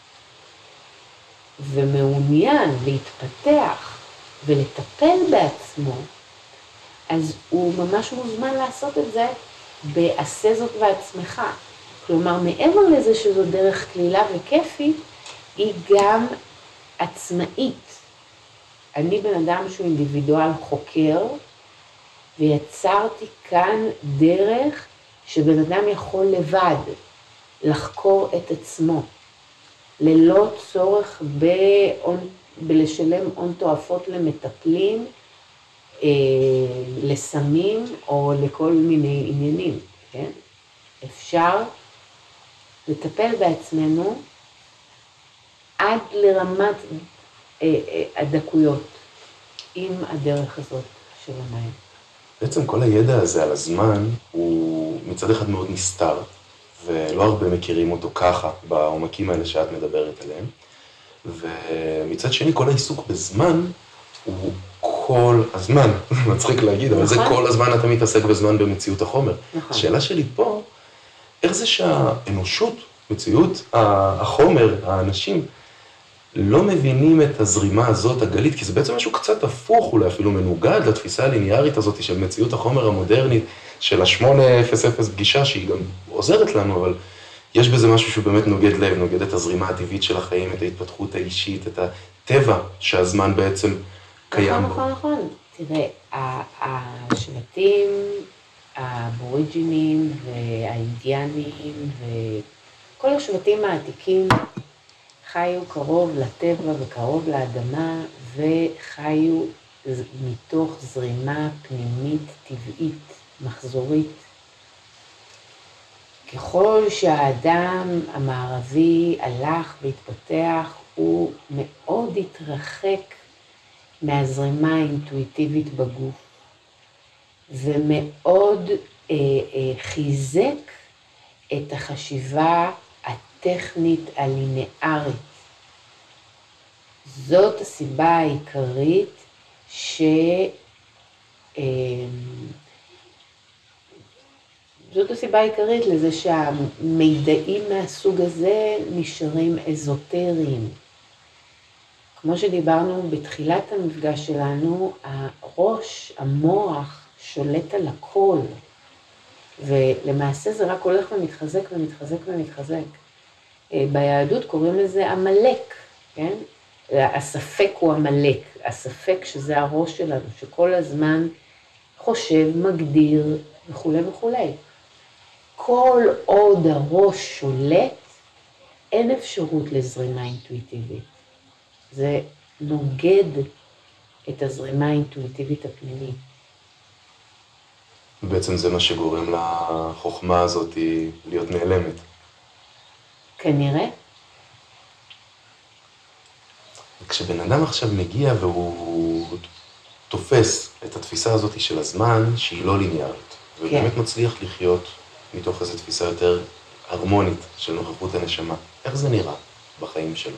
ומעוניין להתפתח ולטפל בעצמו, אז הוא ממש מוזמן לעשות את זה בעשה זאת בעצמך. כלומר, מעבר לזה שזו דרך כלילה וכיפית, היא גם עצמאית. אני בן אדם שהוא אינדיבידואל חוקר, ויצרתי כאן דרך שבן אדם יכול לבד לחקור את עצמו, ללא צורך בלשלם הון תועפות למטפלים, לסמים או לכל מיני עניינים, כן? אפשר לטפל בעצמנו עד לרמת הדקויות עם הדרך הזאת של המים. בעצם כל הידע הזה על הזמן הוא מצד אחד מאוד נסתר, ולא הרבה מכירים אותו ככה בעומקים האלה שאת מדברת עליהם. ומצד שני, כל העיסוק בזמן הוא כל הזמן, מצחיק להגיד, אבל זה כל הזמן אתה מתעסק בזמן במציאות החומר. השאלה שלי פה, איך זה שהאנושות, מציאות החומר, האנשים, לא מבינים את הזרימה הזאת הגלית, כי זה בעצם משהו קצת הפוך, אולי אפילו מנוגד לתפיסה הליניארית הזאת של מציאות החומר המודרנית, של ה-800 פגישה, שהיא גם עוזרת לנו, אבל יש בזה משהו שהוא באמת נוגד לב, נוגד את הזרימה הטבעית של החיים, את ההתפתחות האישית, את הטבע שהזמן בעצם קיים בו. נכון. תראה, השבטים, הבוריג'ינים והאינדיאנים וכל השבטים העתיקים חיו קרוב לטבע וקרוב לאדמה וחיו מתוך זרימה פנימית טבעית, מחזורית. ככל שהאדם המערבי הלך והתפתח, הוא מאוד התרחק מהזרימה האינטואיטיבית בגוף, ומאוד חיזק את החשיבה הטכנית הלינארית. זאת הסיבה העיקרית זאת הסיבה העיקרית לזה שהמידעים מהסוג הזה נשארים אזוטריים. כמו שדיברנו בתחילת המפגש שלנו, הראש, המוח, שולט על הכל. ולמעשה זה רק הולך ומתחזק ומתחזק ומתחזק. ביהדות קוראים לזה עמלק, כן? הספק הוא עמלק, הספק שזה הראש שלנו, שכל הזמן חושב, מגדיר וכו' וכו'. כל עוד הראש שולט, אין אפשרות לזרימה אינטואיטיבית. זה נוגד את הזרימה האינטואיטיבית הפנימית. בעצם זה מה שגורם לחוכמה הזאת להיות נעלמת. כנראה. כשבן אדם עכשיו מגיע והוא תופס את התפיסה הזאת של הזמן, שהיא לא ליניארית, ובאמת מצליח לחיות מתוך איזו תפיסה יותר הרמונית של נוכחות הנשמה, איך זה נראה בחיים שלו?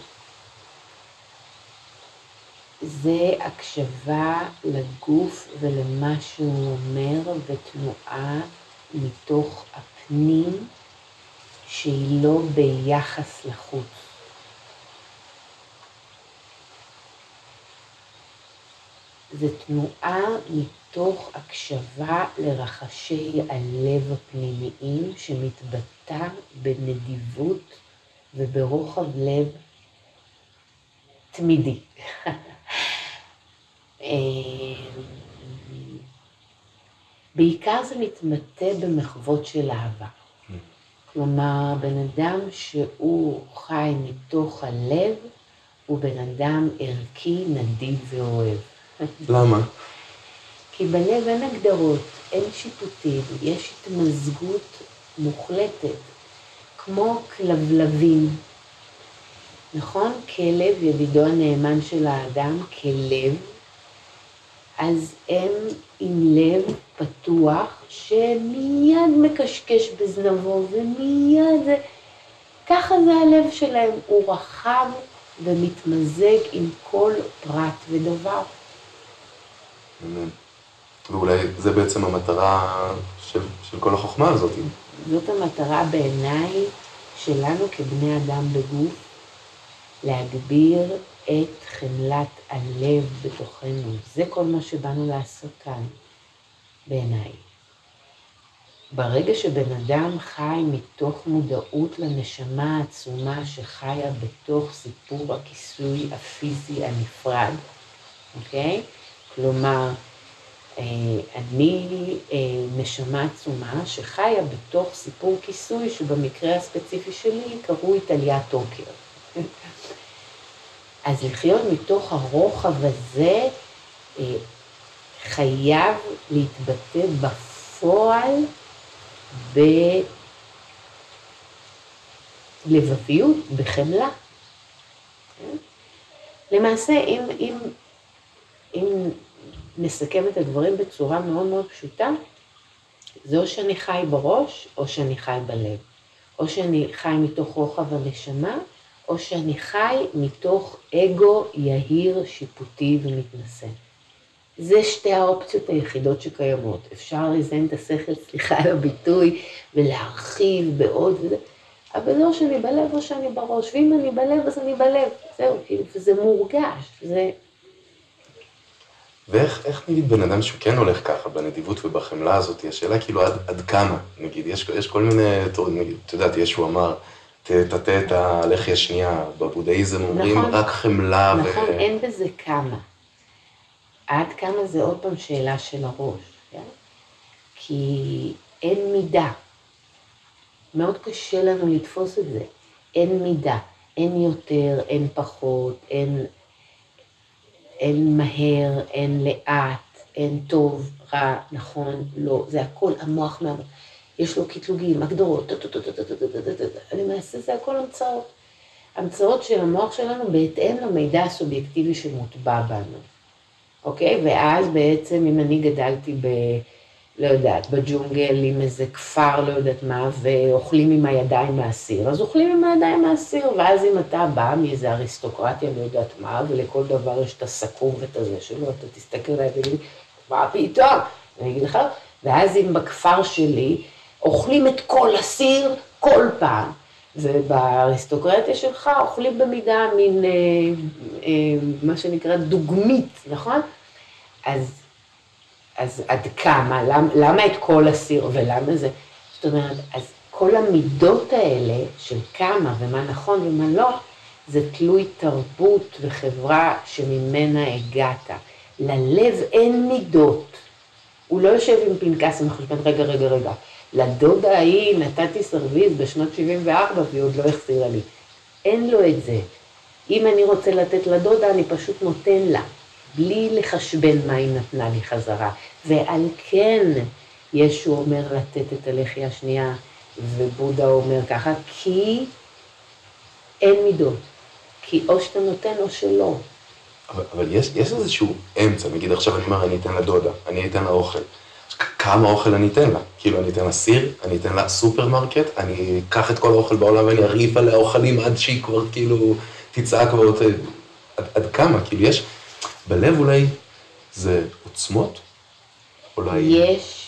זה הקשבה לגוף ולמה שהוא אומר ותנועה מתוך הפנים שהיא לא ביחס לחוץ. זה תנועה מתוך הקשבה לרחשי הלב הפנימיים שמתבטא בנדיבות וברוחב לב תמידי. בעיקר זה מתמטא במחוות של אהבה. כלומר, בן אדם שהוא חי מתוך הלב, הוא בן אדם ערכי, נדיב ואוהב. למה? כי בלב אין הגדרות, אין שיפוטים, יש התמזגות מוחלטת, כמו כלבלבים. נכון? כלב, ידידו הנאמן של האדם, כלב, אז הם עם לב פתוח שמיד מקשקש בזנבו ומיד זה, ככה זה הלב שלהם, הוא רחב ומתמזג עם כל פרט ודבר. ואולי זה בעצם המטרה של כל החוכמה הזאת. זאת המטרה בעיניי שלנו כבני אדם בגוף, להגביר את חמלת הלב בתוכנו. זה כל מה שבאנו לעשות כאן, בעיניי. ברגע שבן אדם חי מתוך מודעות לנשמה העצומה שחיה בתוך סיפור הכיסוי הפיזי הנפרד, אוקיי? כלומר, אני נשמה עצומה שחיה בתוך סיפור כיסוי שבמקרה הספציפי שלי קראו טליה טוקר. אז לחיות מתוך הרוחב הזה חייב להתבטא בפועל בלבביות, בחמלה. למעשה, אם נסכם את הדברים בצורה מאוד מאוד פשוטה, זה או שאני חי בראש, או שאני חי בלב. או שאני חי מתוך רוחב הנשמה, או שאני חי מתוך אגו יהיר, שיפוטי ומתנשא. זה שתי האופציות היחידות שקיימות. אפשר לזיין את השכל, סליחה על הביטוי, ולהרחיב בעוד וזה. אבל לא שאני בלב או שאני בראש, ואם אני בלב אז אני בלב. זהו, כאילו, וזה מורגש. זה... ואיך נגיד בן אדם שהוא כן הולך ככה, בנדיבות ובחמלה הזאת, השאלה כאילו עד כמה, נגיד, יש כל מיני, נגיד, את יודעת, ישו אמר, תטה את הלחי השנייה, בבודהיזם אומרים נכון, רק חמלה נכון, אין בזה כמה. עד כמה זה עוד פעם שאלה של הראש, כן? כי אין מידה. מאוד קשה לנו לתפוס את זה. אין מידה, אין יותר, אין פחות, אין מהר, אין לאט, אין טוב, רע, נכון, לא, זה הכל המוח מהמוח. יש לו קטלוגים, הגדרות, אני מעשה, זה הכל המצאות. המצאות של המוח שלנו בהתאם למידע הסובייקטיבי שמוטבע בנו. אוקיי? ואז בעצם אם אני גדלתי לא יודעת, בג'ונגל עם איזה כפר, לא יודעת מה, ואוכלים עם הידיים מהסיר, אז אוכלים עם הידיים מהסיר, ואז אם אתה בא מאיזה אריסטוקרטיה, לא יודעת מה, ולכל דבר יש את הסכו"ם ואת הזה שלו, אתה תסתכל עליי ותגיד, מה פתאום? אני אגיד לך, ואז אם בכפר שלי אוכלים את כל הסיר כל פעם, ובאריסטוקרטיה שלך אוכלים במידה מין, מה שנקרא דוגמית, נכון? אז עד כמה, למה את כל הסיר ולמה זה? זאת אומרת, אז כל המידות האלה של כמה ומה נכון ומה לא, זה תלוי תרבות וחברה שממנה הגעת. ללב אין מידות. הוא לא יושב עם פנקס ומחשבן, רגע. לדודה ההיא נתתי סרוויז בשנות 74 והיא עוד לא החזירה לי. אין לו את זה. אם אני רוצה לתת לדודה, אני פשוט נותן לה. בלי לחשבן מה היא נתנה לי חזרה. ועל כן, ישו אומר לתת את הלחי השנייה, ובודה אומר ככה, כי אין מידות. כי או שאתה נותן או שלא. אבל יש איזשהו אמצע, נגיד עכשיו אני אומר, אני אתן לה דודה, אני אתן לה אוכל. כמה אוכל אני אתן לה? כאילו אני אתן לה סיר, אני אתן לה סופרמרקט, אני אקח את כל האוכל בעולם ואני אריב עליה אוכלים עד שהיא כבר כאילו תצעק ועוד... עד כמה? כאילו יש... בלב אולי זה עוצמות? אולי... יש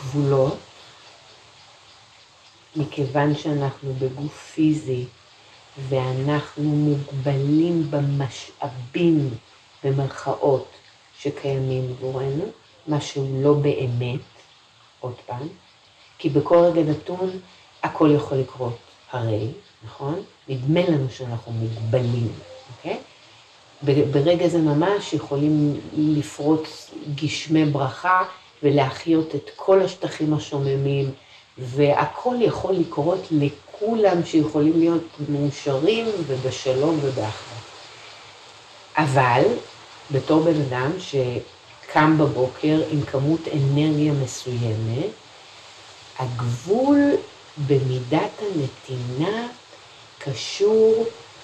גבולות, מכיוון שאנחנו בגוף פיזי, ואנחנו מוגבלים במשאבים, במרכאות, שקיימים עבורנו, מה שהוא לא באמת, עוד פעם, כי בכל רגע נתון הכל יכול לקרות הרי, נכון? נדמה לנו שאנחנו מוגבלים, אוקיי? ברגע זה ממש יכולים לפרוץ גשמי ברכה ולהחיות את כל השטחים השוממים, והכל יכול לקרות לכולם שיכולים להיות מאושרים ובשלום ובאחווה. אבל בתור בן אדם שקם בבוקר עם כמות אנרגיה מסוימת, הגבול במידת הנתינה קשור,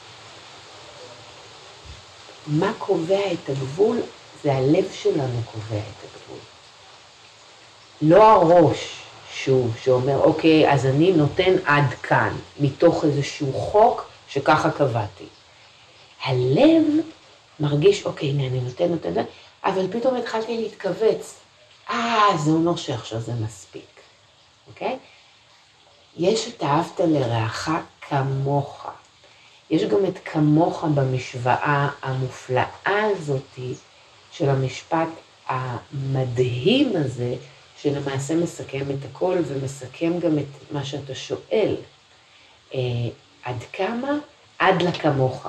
מה קובע את הגבול? זה הלב שלנו קובע את הגבול. לא הראש, שוב, שאומר, אוקיי, אז אני נותן עד כאן, מתוך איזשהו חוק שככה קבעתי. הלב מרגיש, אוקיי, הנה, אני נותן, אבל פתאום התחלתי להתכווץ. זה אומר שעכשיו זה מספיק, אוקיי? יש את אהבת לרעך כמוך. יש גם את כמוך במשוואה המופלאה הזאת של המשפט המדהים הזה, שלמעשה מסכם את הכל ומסכם גם את מה שאתה שואל. עד כמה? עד לכמוך.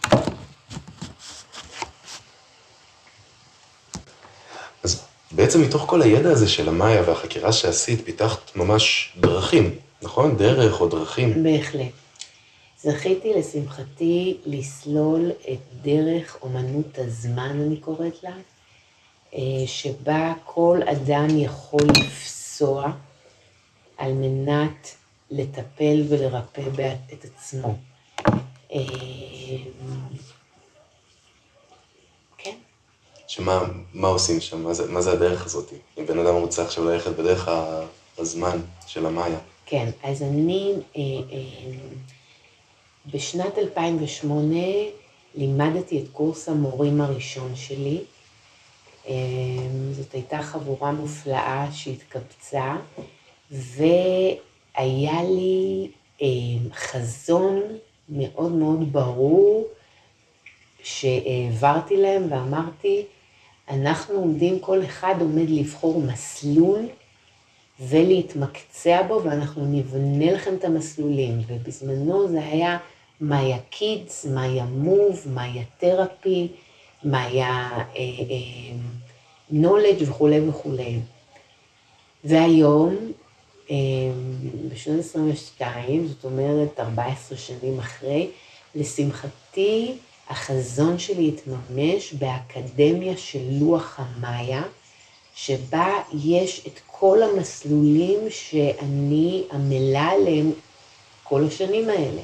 אז בעצם מתוך כל הידע הזה של המאיה והחקירה שעשית, פיתחת ממש דרכים, נכון? דרך או דרכים. בהחלט. זכיתי לשמחתי לסלול את דרך אומנות הזמן, אני קוראת לה, שבה כל אדם יכול לפסוע על מנת לטפל ולרפא את עצמו. כן. מה עושים שם? מה זה הדרך הזאת? אם בן אדם רוצה עכשיו ללכת בדרך הזמן של המאיה. כן, אז אני בשנת 2008 לימדתי את קורס המורים הראשון שלי. זאת הייתה חבורה מופלאה שהתקבצה, והיה לי חזון מאוד מאוד ברור שהעברתי להם ואמרתי, אנחנו עומדים, כל אחד עומד לבחור מסלול ולהתמקצע בו, ואנחנו נבנה לכם את המסלולים. ובזמנו זה היה מאיה קידס, מאיה מוב, מאיה תרפי, מאיה נולדג' וכו' וכו'. והיום, בשנת 22, זאת אומרת 14 שנים אחרי, לשמחתי החזון שלי התממש באקדמיה של לוח המאיה, שבה יש את כל המסלולים שאני עמלה עליהם כל השנים האלה.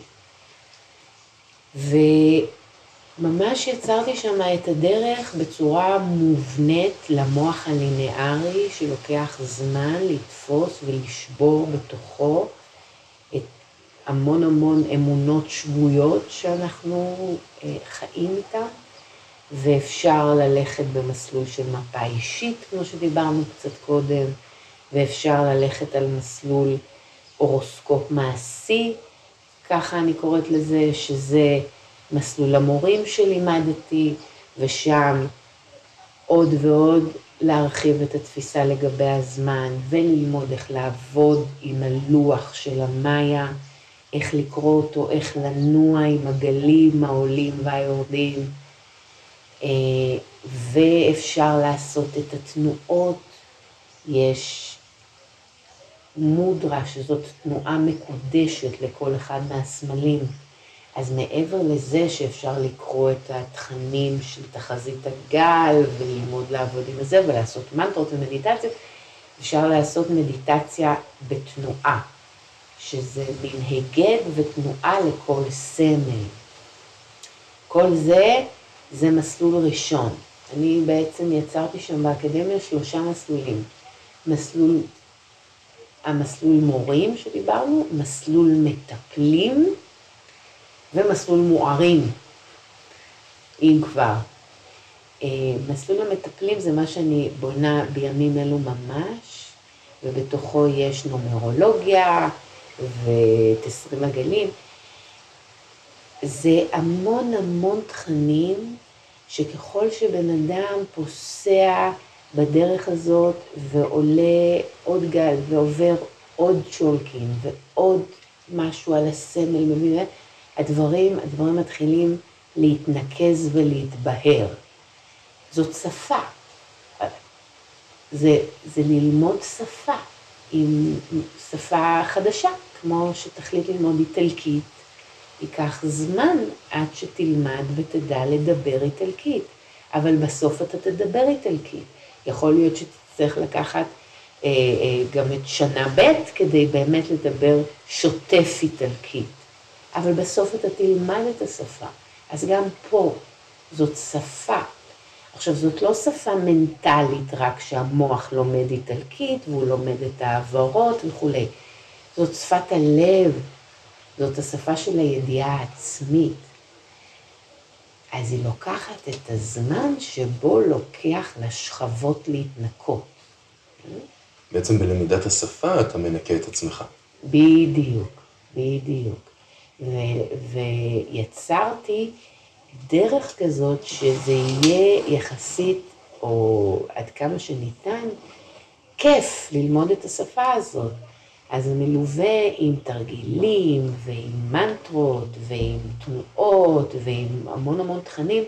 וממש יצרתי שם את הדרך בצורה מובנית למוח הלינארי, שלוקח זמן לתפוס ולשבור בתוכו את המון אמונות שבויות שאנחנו חיים איתן, ואפשר ללכת במסלול של מפה אישית, כמו שדיברנו קצת קודם, ואפשר ללכת על מסלול אורוסקופ מעשי, ככה אני קוראת לזה, שזה מסלול המורים שלימדתי, ושם עוד ועוד להרחיב את התפיסה לגבי הזמן, וללמוד איך לעבוד עם הלוח של המאיה, איך לקרוא אותו, איך לנוע עם הגלים העולים והיורדים, ואפשר לעשות את התנועות. יש מודרה, שזאת תנועה מקודשת לכל אחד מהסמלים. אז מעבר לזה שאפשר לקרוא את התכנים של תחזית הגל, וללמוד לעבוד עם זה, ולעשות מנטרות ומדיטציות, אפשר לעשות מדיטציה בתנועה, שזה מין היגד ותנועה לכל סמל. כל זה מסלול ראשון. אני בעצם יצרתי שם באקדמיה 3 מסלולים. המסלול מורים שדיברנו, מסלול מטפלים, ומסלול מוארים, אם כבר. מסלול המטפלים זה מה שאני בונה בימים אלו ממש, ובתוכו יש נומרולוגיה ואת 20 הגלים. זה המון המון תכנים, שככל שבן אדם פוסע בדרך הזאת, ועולה עוד גל, ועובר עוד צ'ולקין, ועוד משהו על הסמל, הדברים מתחילים להתנקז ולהתבהר. זאת שפה. זה ללמוד שפה, עם שפה חדשה, כמו שתחליט ללמוד איטלקית. ייקח זמן עד שתלמד ותדע לדבר איטלקית, אבל בסוף אתה תדבר איטלקית. יכול להיות שתצטרך לקחת גם את שנה ב' כדי באמת לדבר שוטף איטלקית, אבל בסוף אתה תלמד את השפה. אז גם פה זאת שפה. עכשיו, זאת לא שפה מנטלית, רק שהמוח לומד איטלקית, והוא לומד את העברות וכו'. זאת שפת הלב, זאת השפה של הידיעה העצמית. אז היא לוקחת את הזמן שבו לוקח לשכבות להתנקות. בעצם בלמידת השפה אתה מנקה את עצמך. בדיוק, בדיוק. ויצרתי דרך כזאת שזה יהיה יחסית, או עד כמה שניתן, כיף ללמוד את השפה הזאת. אז זה מלווה עם תרגילים ועם מנטרות ועם תנועות ועם המון המון תכנים.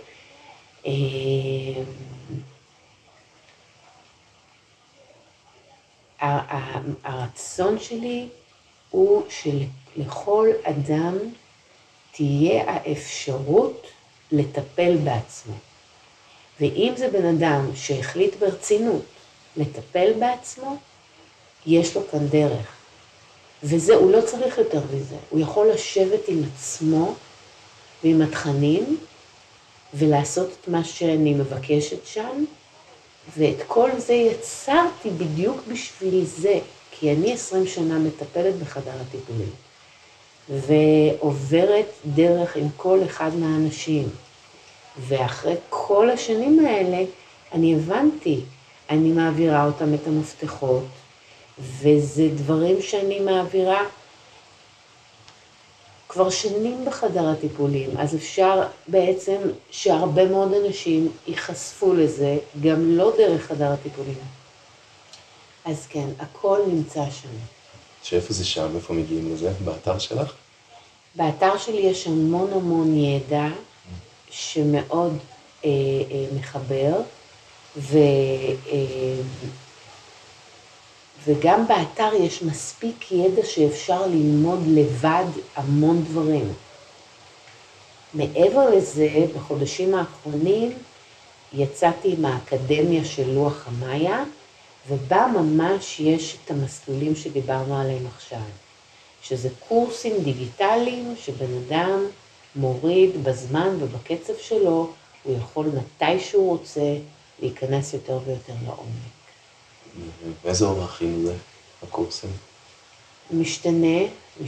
הרצון שלי הוא שלכל אדם תהיה האפשרות לטפל בעצמו. ואם זה בן אדם שהחליט ברצינות לטפל בעצמו, יש לו כאן דרך. וזה, הוא לא צריך יותר מזה. הוא יכול לשבת עם עצמו ועם התכנים ולעשות את מה שאני מבקשת שם, ואת כל זה יצרתי בדיוק בשביל זה, כי אני 20 שנה מטפלת בחדר הטיפולים, ועוברת דרך עם כל אחד מהאנשים, ואחרי כל השנים האלה אני הבנתי, אני מעבירה אותם את המפתחות, וזה דברים שאני מעבירה כבר שנים בחדר הטיפולים, אז אפשר בעצם שהרבה מאוד אנשים ייחשפו לזה, גם לא דרך חדר הטיפולים. אז כן, הכל נמצא שם. שאיפה זה שם? איפה מגיעים לזה? באתר שלך? באתר שלי יש המון המון ידע שמאוד מחבר, וגם באתר יש מספיק ידע שאפשר ללמוד לבד המון דברים. מעבר לזה, בחודשים האחרונים יצאתי מהאקדמיה של לוח המאיה, ובה ממש יש את המסלולים שדיברנו עליהם עכשיו, שזה קורסים דיגיטליים שבן אדם מוריד בזמן ובקצב שלו, הוא יכול מתי שהוא רוצה להיכנס יותר ויותר לעומק. ואיזה אורחים זה, הקורסים? משתנה.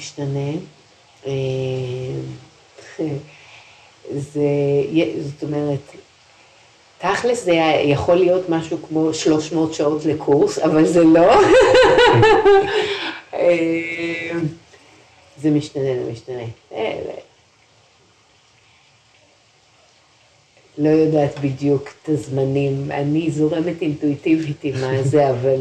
זאת אומרת, תכלס זה יכול להיות משהו כמו 300 שעות לקורס, אבל זה לא. זה משתנה. לא יודעת בדיוק את הזמנים, אני זורמת אינטואיטיבית עם מה זה, אבל...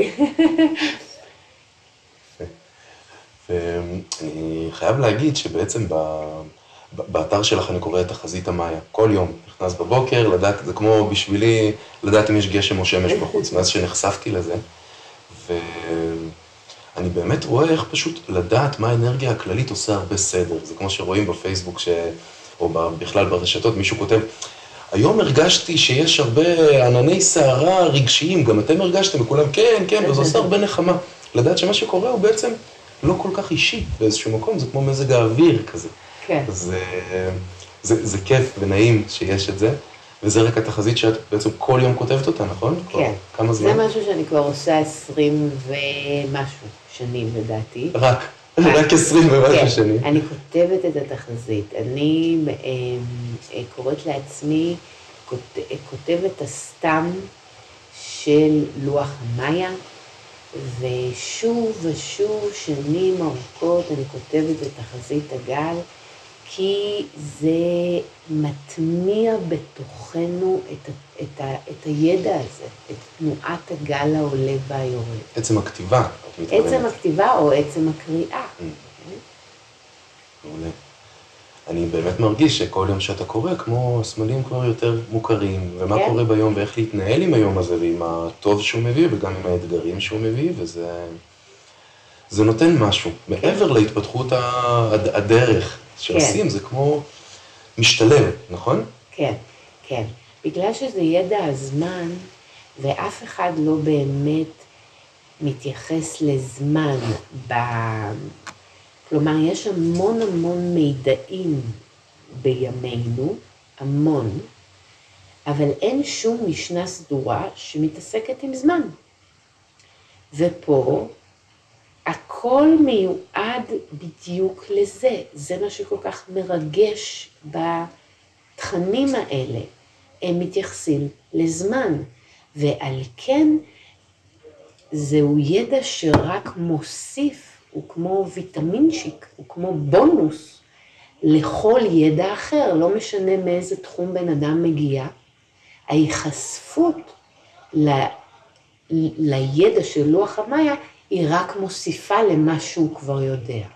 ואני חייב להגיד שבעצם באתר שלך אני קורא את תחזית המאיה, כל יום, נכנס בבוקר, לדעת, זה כמו בשבילי, לדעת אם יש גשם או שמש בחוץ, מאז שנחשפתי לזה, ואני באמת רואה איך פשוט לדעת מה האנרגיה הכללית עושה הרבה סדר, זה כמו שרואים בפייסבוק, או בכלל ברשתות, מישהו כותב, היום הרגשתי שיש הרבה ענני שערה רגשיים, גם אתם הרגשתם, וכולם כן, וזה עושה הרבה נחמה. לדעת שמה שקורה הוא בעצם לא כל כך אישי באיזשהו מקום, זה כמו מזג האוויר כזה. כן. זה כיף ונעים שיש את זה, וזה רק התחזית שאת בעצם כל יום כותבת אותה, נכון? כן. כמה זמן? זה משהו שאני כבר עושה 20 ומשהו שנים לדעתי. רק 20 ומשהו שנים. אני כותבת את התחזית, אני קוראת לעצמי, כותבת הסתם של לוח המאיה, ושוב ושוב שנים ארוכות אני כותבת את תחזית הגל, כי זה מטמיע בתוכנו את הידע הזה, את תנועת הגל העולה והיורד. עצם הכתיבה, את מתכוונת. עצם הכתיבה או עצם הקריאה. מעולה. אני באמת מרגיש שכל יום שאתה קורא, כמו הסמלים כבר יותר מוכרים, ומה קורה ביום ואיך להתנהל עם היום הזה, ועם הטוב שהוא מביא, וגם עם האתגרים שהוא מביא, זה נותן משהו. מעבר להתפתחות הדרך שעושים, זה כמו משתלב, נכון? כן, כן. בגלל שזה ידע הזמן, ואף אחד לא באמת מתייחס לזמן כלומר, יש המון המון מידעים בימינו, המון, אבל אין שום משנה סדורה שמתעסקת עם זמן. ופה הכל מיועד בדיוק לזה, זה מה שכל כך מרגש בתכנים האלה, הם מתייחסים לזמן, ועל כן זהו ידע שרק מוסיף, הוא כמו ויטמינשיק, הוא כמו בונוס לכל ידע אחר, לא משנה מאיזה תחום בן אדם מגיע, ההיחשפות לידע של לוח המאיה היא רק מוסיפה למה שהוא כבר יודע.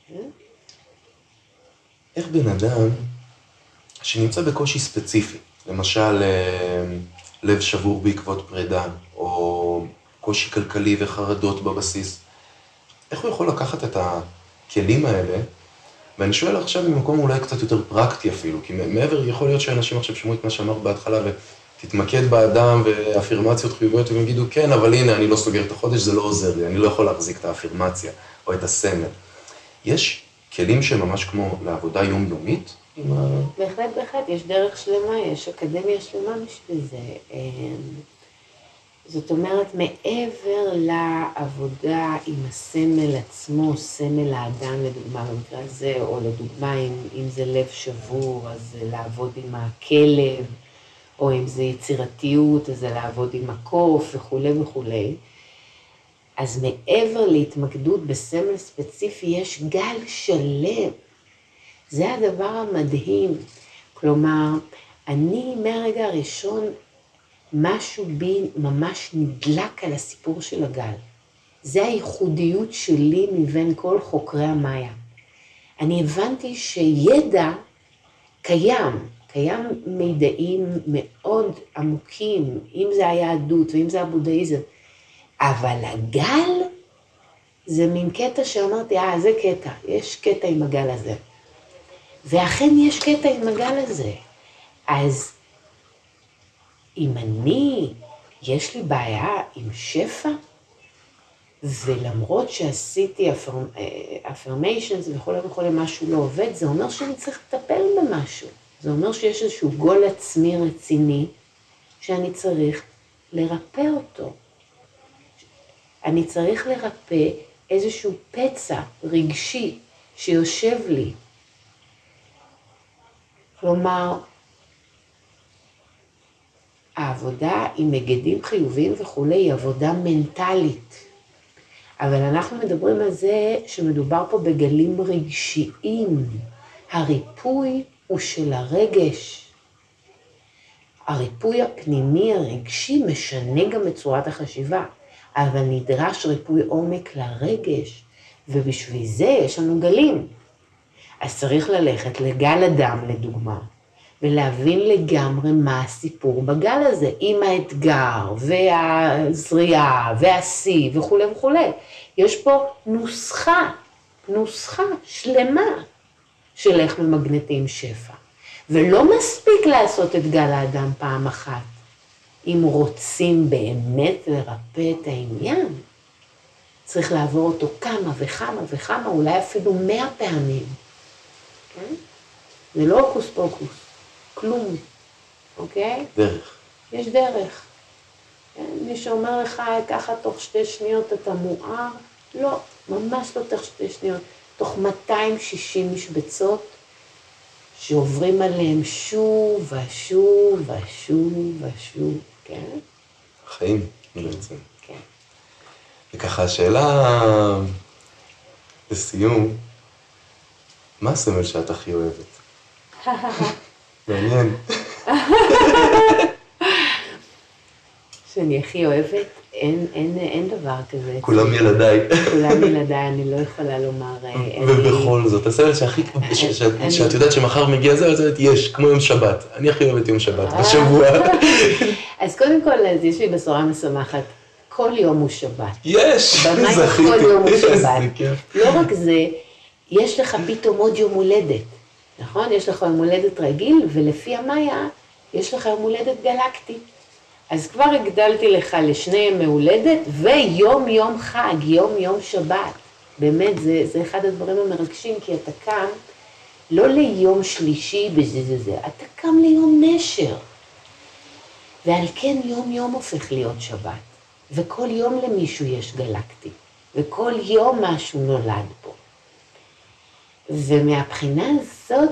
איך בן אדם שנמצא בקושי ספציפי, למשל לב שבור בעקבות פרידה, או קושי כלכלי וחרדות בבסיס, איך הוא יכול לקחת את הכלים האלה, ואני שואל עכשיו ממקום אולי קצת יותר פרקטי אפילו, כי מעבר יכול להיות שאנשים עכשיו שמעו את מה שאמרת בהתחלה, ותתמקד באדם ואפירמציות חיוביות, והם יגידו, כן, אבל הנה, אני לא סוגר את החודש, זה לא עוזר לי, אני לא יכול להחזיק את האפירמציה או את הסמל. יש כלים שממש כמו לעבודה יומיומית? בהחלט, יש דרך שלמה, יש אקדמיה שלמה בשביל זה. זאת אומרת, מעבר לעבודה עם הסמל עצמו, סמל האדם לדוגמה במקרה הזה, או לדוגמה אם זה לב שבור, אז לעבוד עם הכלב, או אם זה יצירתיות, אז לעבוד עם הקוף וכו' וכו'. אז מעבר להתמקדות בסמל ספציפי, יש גל שלם. זה הדבר המדהים. כלומר, אני מהרגע הראשון, משהו בי ממש נדלק על הסיפור של הגל. זה הייחודיות שלי מבין כל חוקרי המאיה. אני הבנתי שידע קיים מידעים מאוד עמוקים, אם זה היהדות ואם זה הבודהיזם, אבל הגל זה מין קטע שאמרתי, זה קטע, יש קטע עם הגל הזה. ואכן יש קטע עם הגל הזה. אז אם יש לי בעיה עם שפע, ולמרות שעשיתי affirmations וכו' משהו לא עובד, זה אומר שאני צריך לטפל במשהו. זה אומר שיש איזשהו גול עצמי רציני, שאני צריך לרפא אותו. אני צריך לרפא איזשהו פצע רגשי שיושב לי. כלומר, העבודה עם מגדים חיוביים וכו' היא עבודה מנטלית. אבל אנחנו מדברים על זה שמדובר פה בגלים רגשיים. הריפוי הוא של הרגש. הריפוי הפנימי הרגשי משנה גם את צורת החשיבה, אבל נדרש ריפוי עומק לרגש, ובשביל זה יש לנו גלים. אז צריך ללכת לגל הדם לדוגמה, ולהבין לגמרי מה הסיפור בגל הזה, עם האתגר והזריעה והשיא וכו' וכו'. יש פה נוסחה שלמה של איך ממגנטים שפע. ולא מספיק לעשות את גל האדם פעם אחת. אם רוצים באמת לרפא את העניין, צריך לעבור אותו כמה וכמה, אולי אפילו 100 פעמים. כן? זה לא הוקוס פוקוס, כלום, אוקיי? דרך. יש דרך. כן? מי שאומר לך ככה תוך 2 שניות אתה מואר, לא, ממש לא תוך 2 שניות. תוך 260 משבצות שעוברים עליהם שוב ושוב ושוב ושוב, כן? חיים בעצם. כן. וככה השאלה לסיום, מה הסמל שאת הכי אוהבת? מעניין. שאני הכי אוהבת, אין דבר כזה. כולם ילדיי. כולם ילדיי, אני לא יכולה לומר... ובכל זאת, הסמל שאת יודעת שמחר מגיע זה, אז יש, כמו יום שבת. אני הכי אוהבת יום שבת בשבוע. אז קודם כל, יש לי בשורה משמחת. כל יום הוא שבת. יש! במאי כל יום הוא שבת. לא רק זה, יש לך פתאום עוד יום הולדת. נכון? יש לך יום הולדת רגיל, ולפי המאיה, יש לך יום הולדת גלקטי. אז כבר הגדלתי לך לשני ימי הולדת, ויום יום חג, יום יום שבת. באמת, זה אחד הדברים המרגשים, כי אתה קם לא ליום שלישי בזה, אתה קם ליום נשר. ועל כן יום יום הופך להיות שבת. וכל יום למישהו יש גלקטי. וכל יום משהו נולד פה. ומהבחינה הזאת,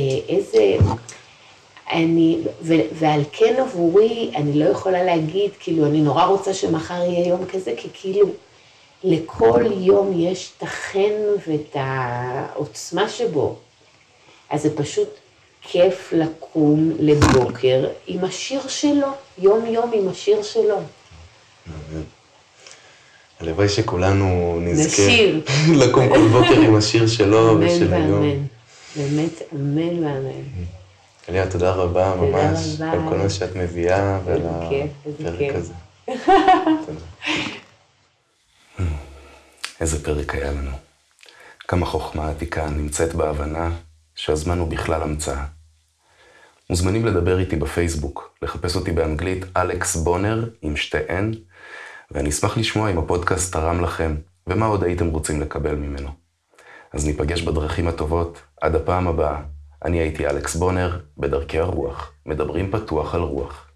ועל כן עבורי, אני לא יכולה להגיד, כאילו, אני נורא רוצה שמחר יהיה יום כזה, כי כאילו, לכל יום יש את החן ואת העוצמה שבו. אז זה פשוט כיף לקום לבוקר עם השיר שלו, יום יום עם השיר שלו. הלוואי שכולנו נזכה נשיר. לקום כל בוקר עם השיר שלו ושל היום. אמן ואמן. באמת, אמן ואמן. אליה, תודה רבה ממש על כל מה שאת מביאה ועל הפרק הזה. איזה פרק היה לנו. כמה חוכמה עתיקה נמצאת בהבנה שהזמן הוא בכלל המצאה. מוזמנים לדבר איתי בפייסבוק, לחפש אותי באנגלית אלכס בונר עם שתי N, ואני אשמח לשמוע אם הפודקאסט תרם לכם, ומה עוד הייתם רוצים לקבל ממנו. אז ניפגש בדרכים הטובות, עד הפעם הבאה. אני הייתי אלכס בונר, בדרכי הרוח, מדברים פתוח על רוח.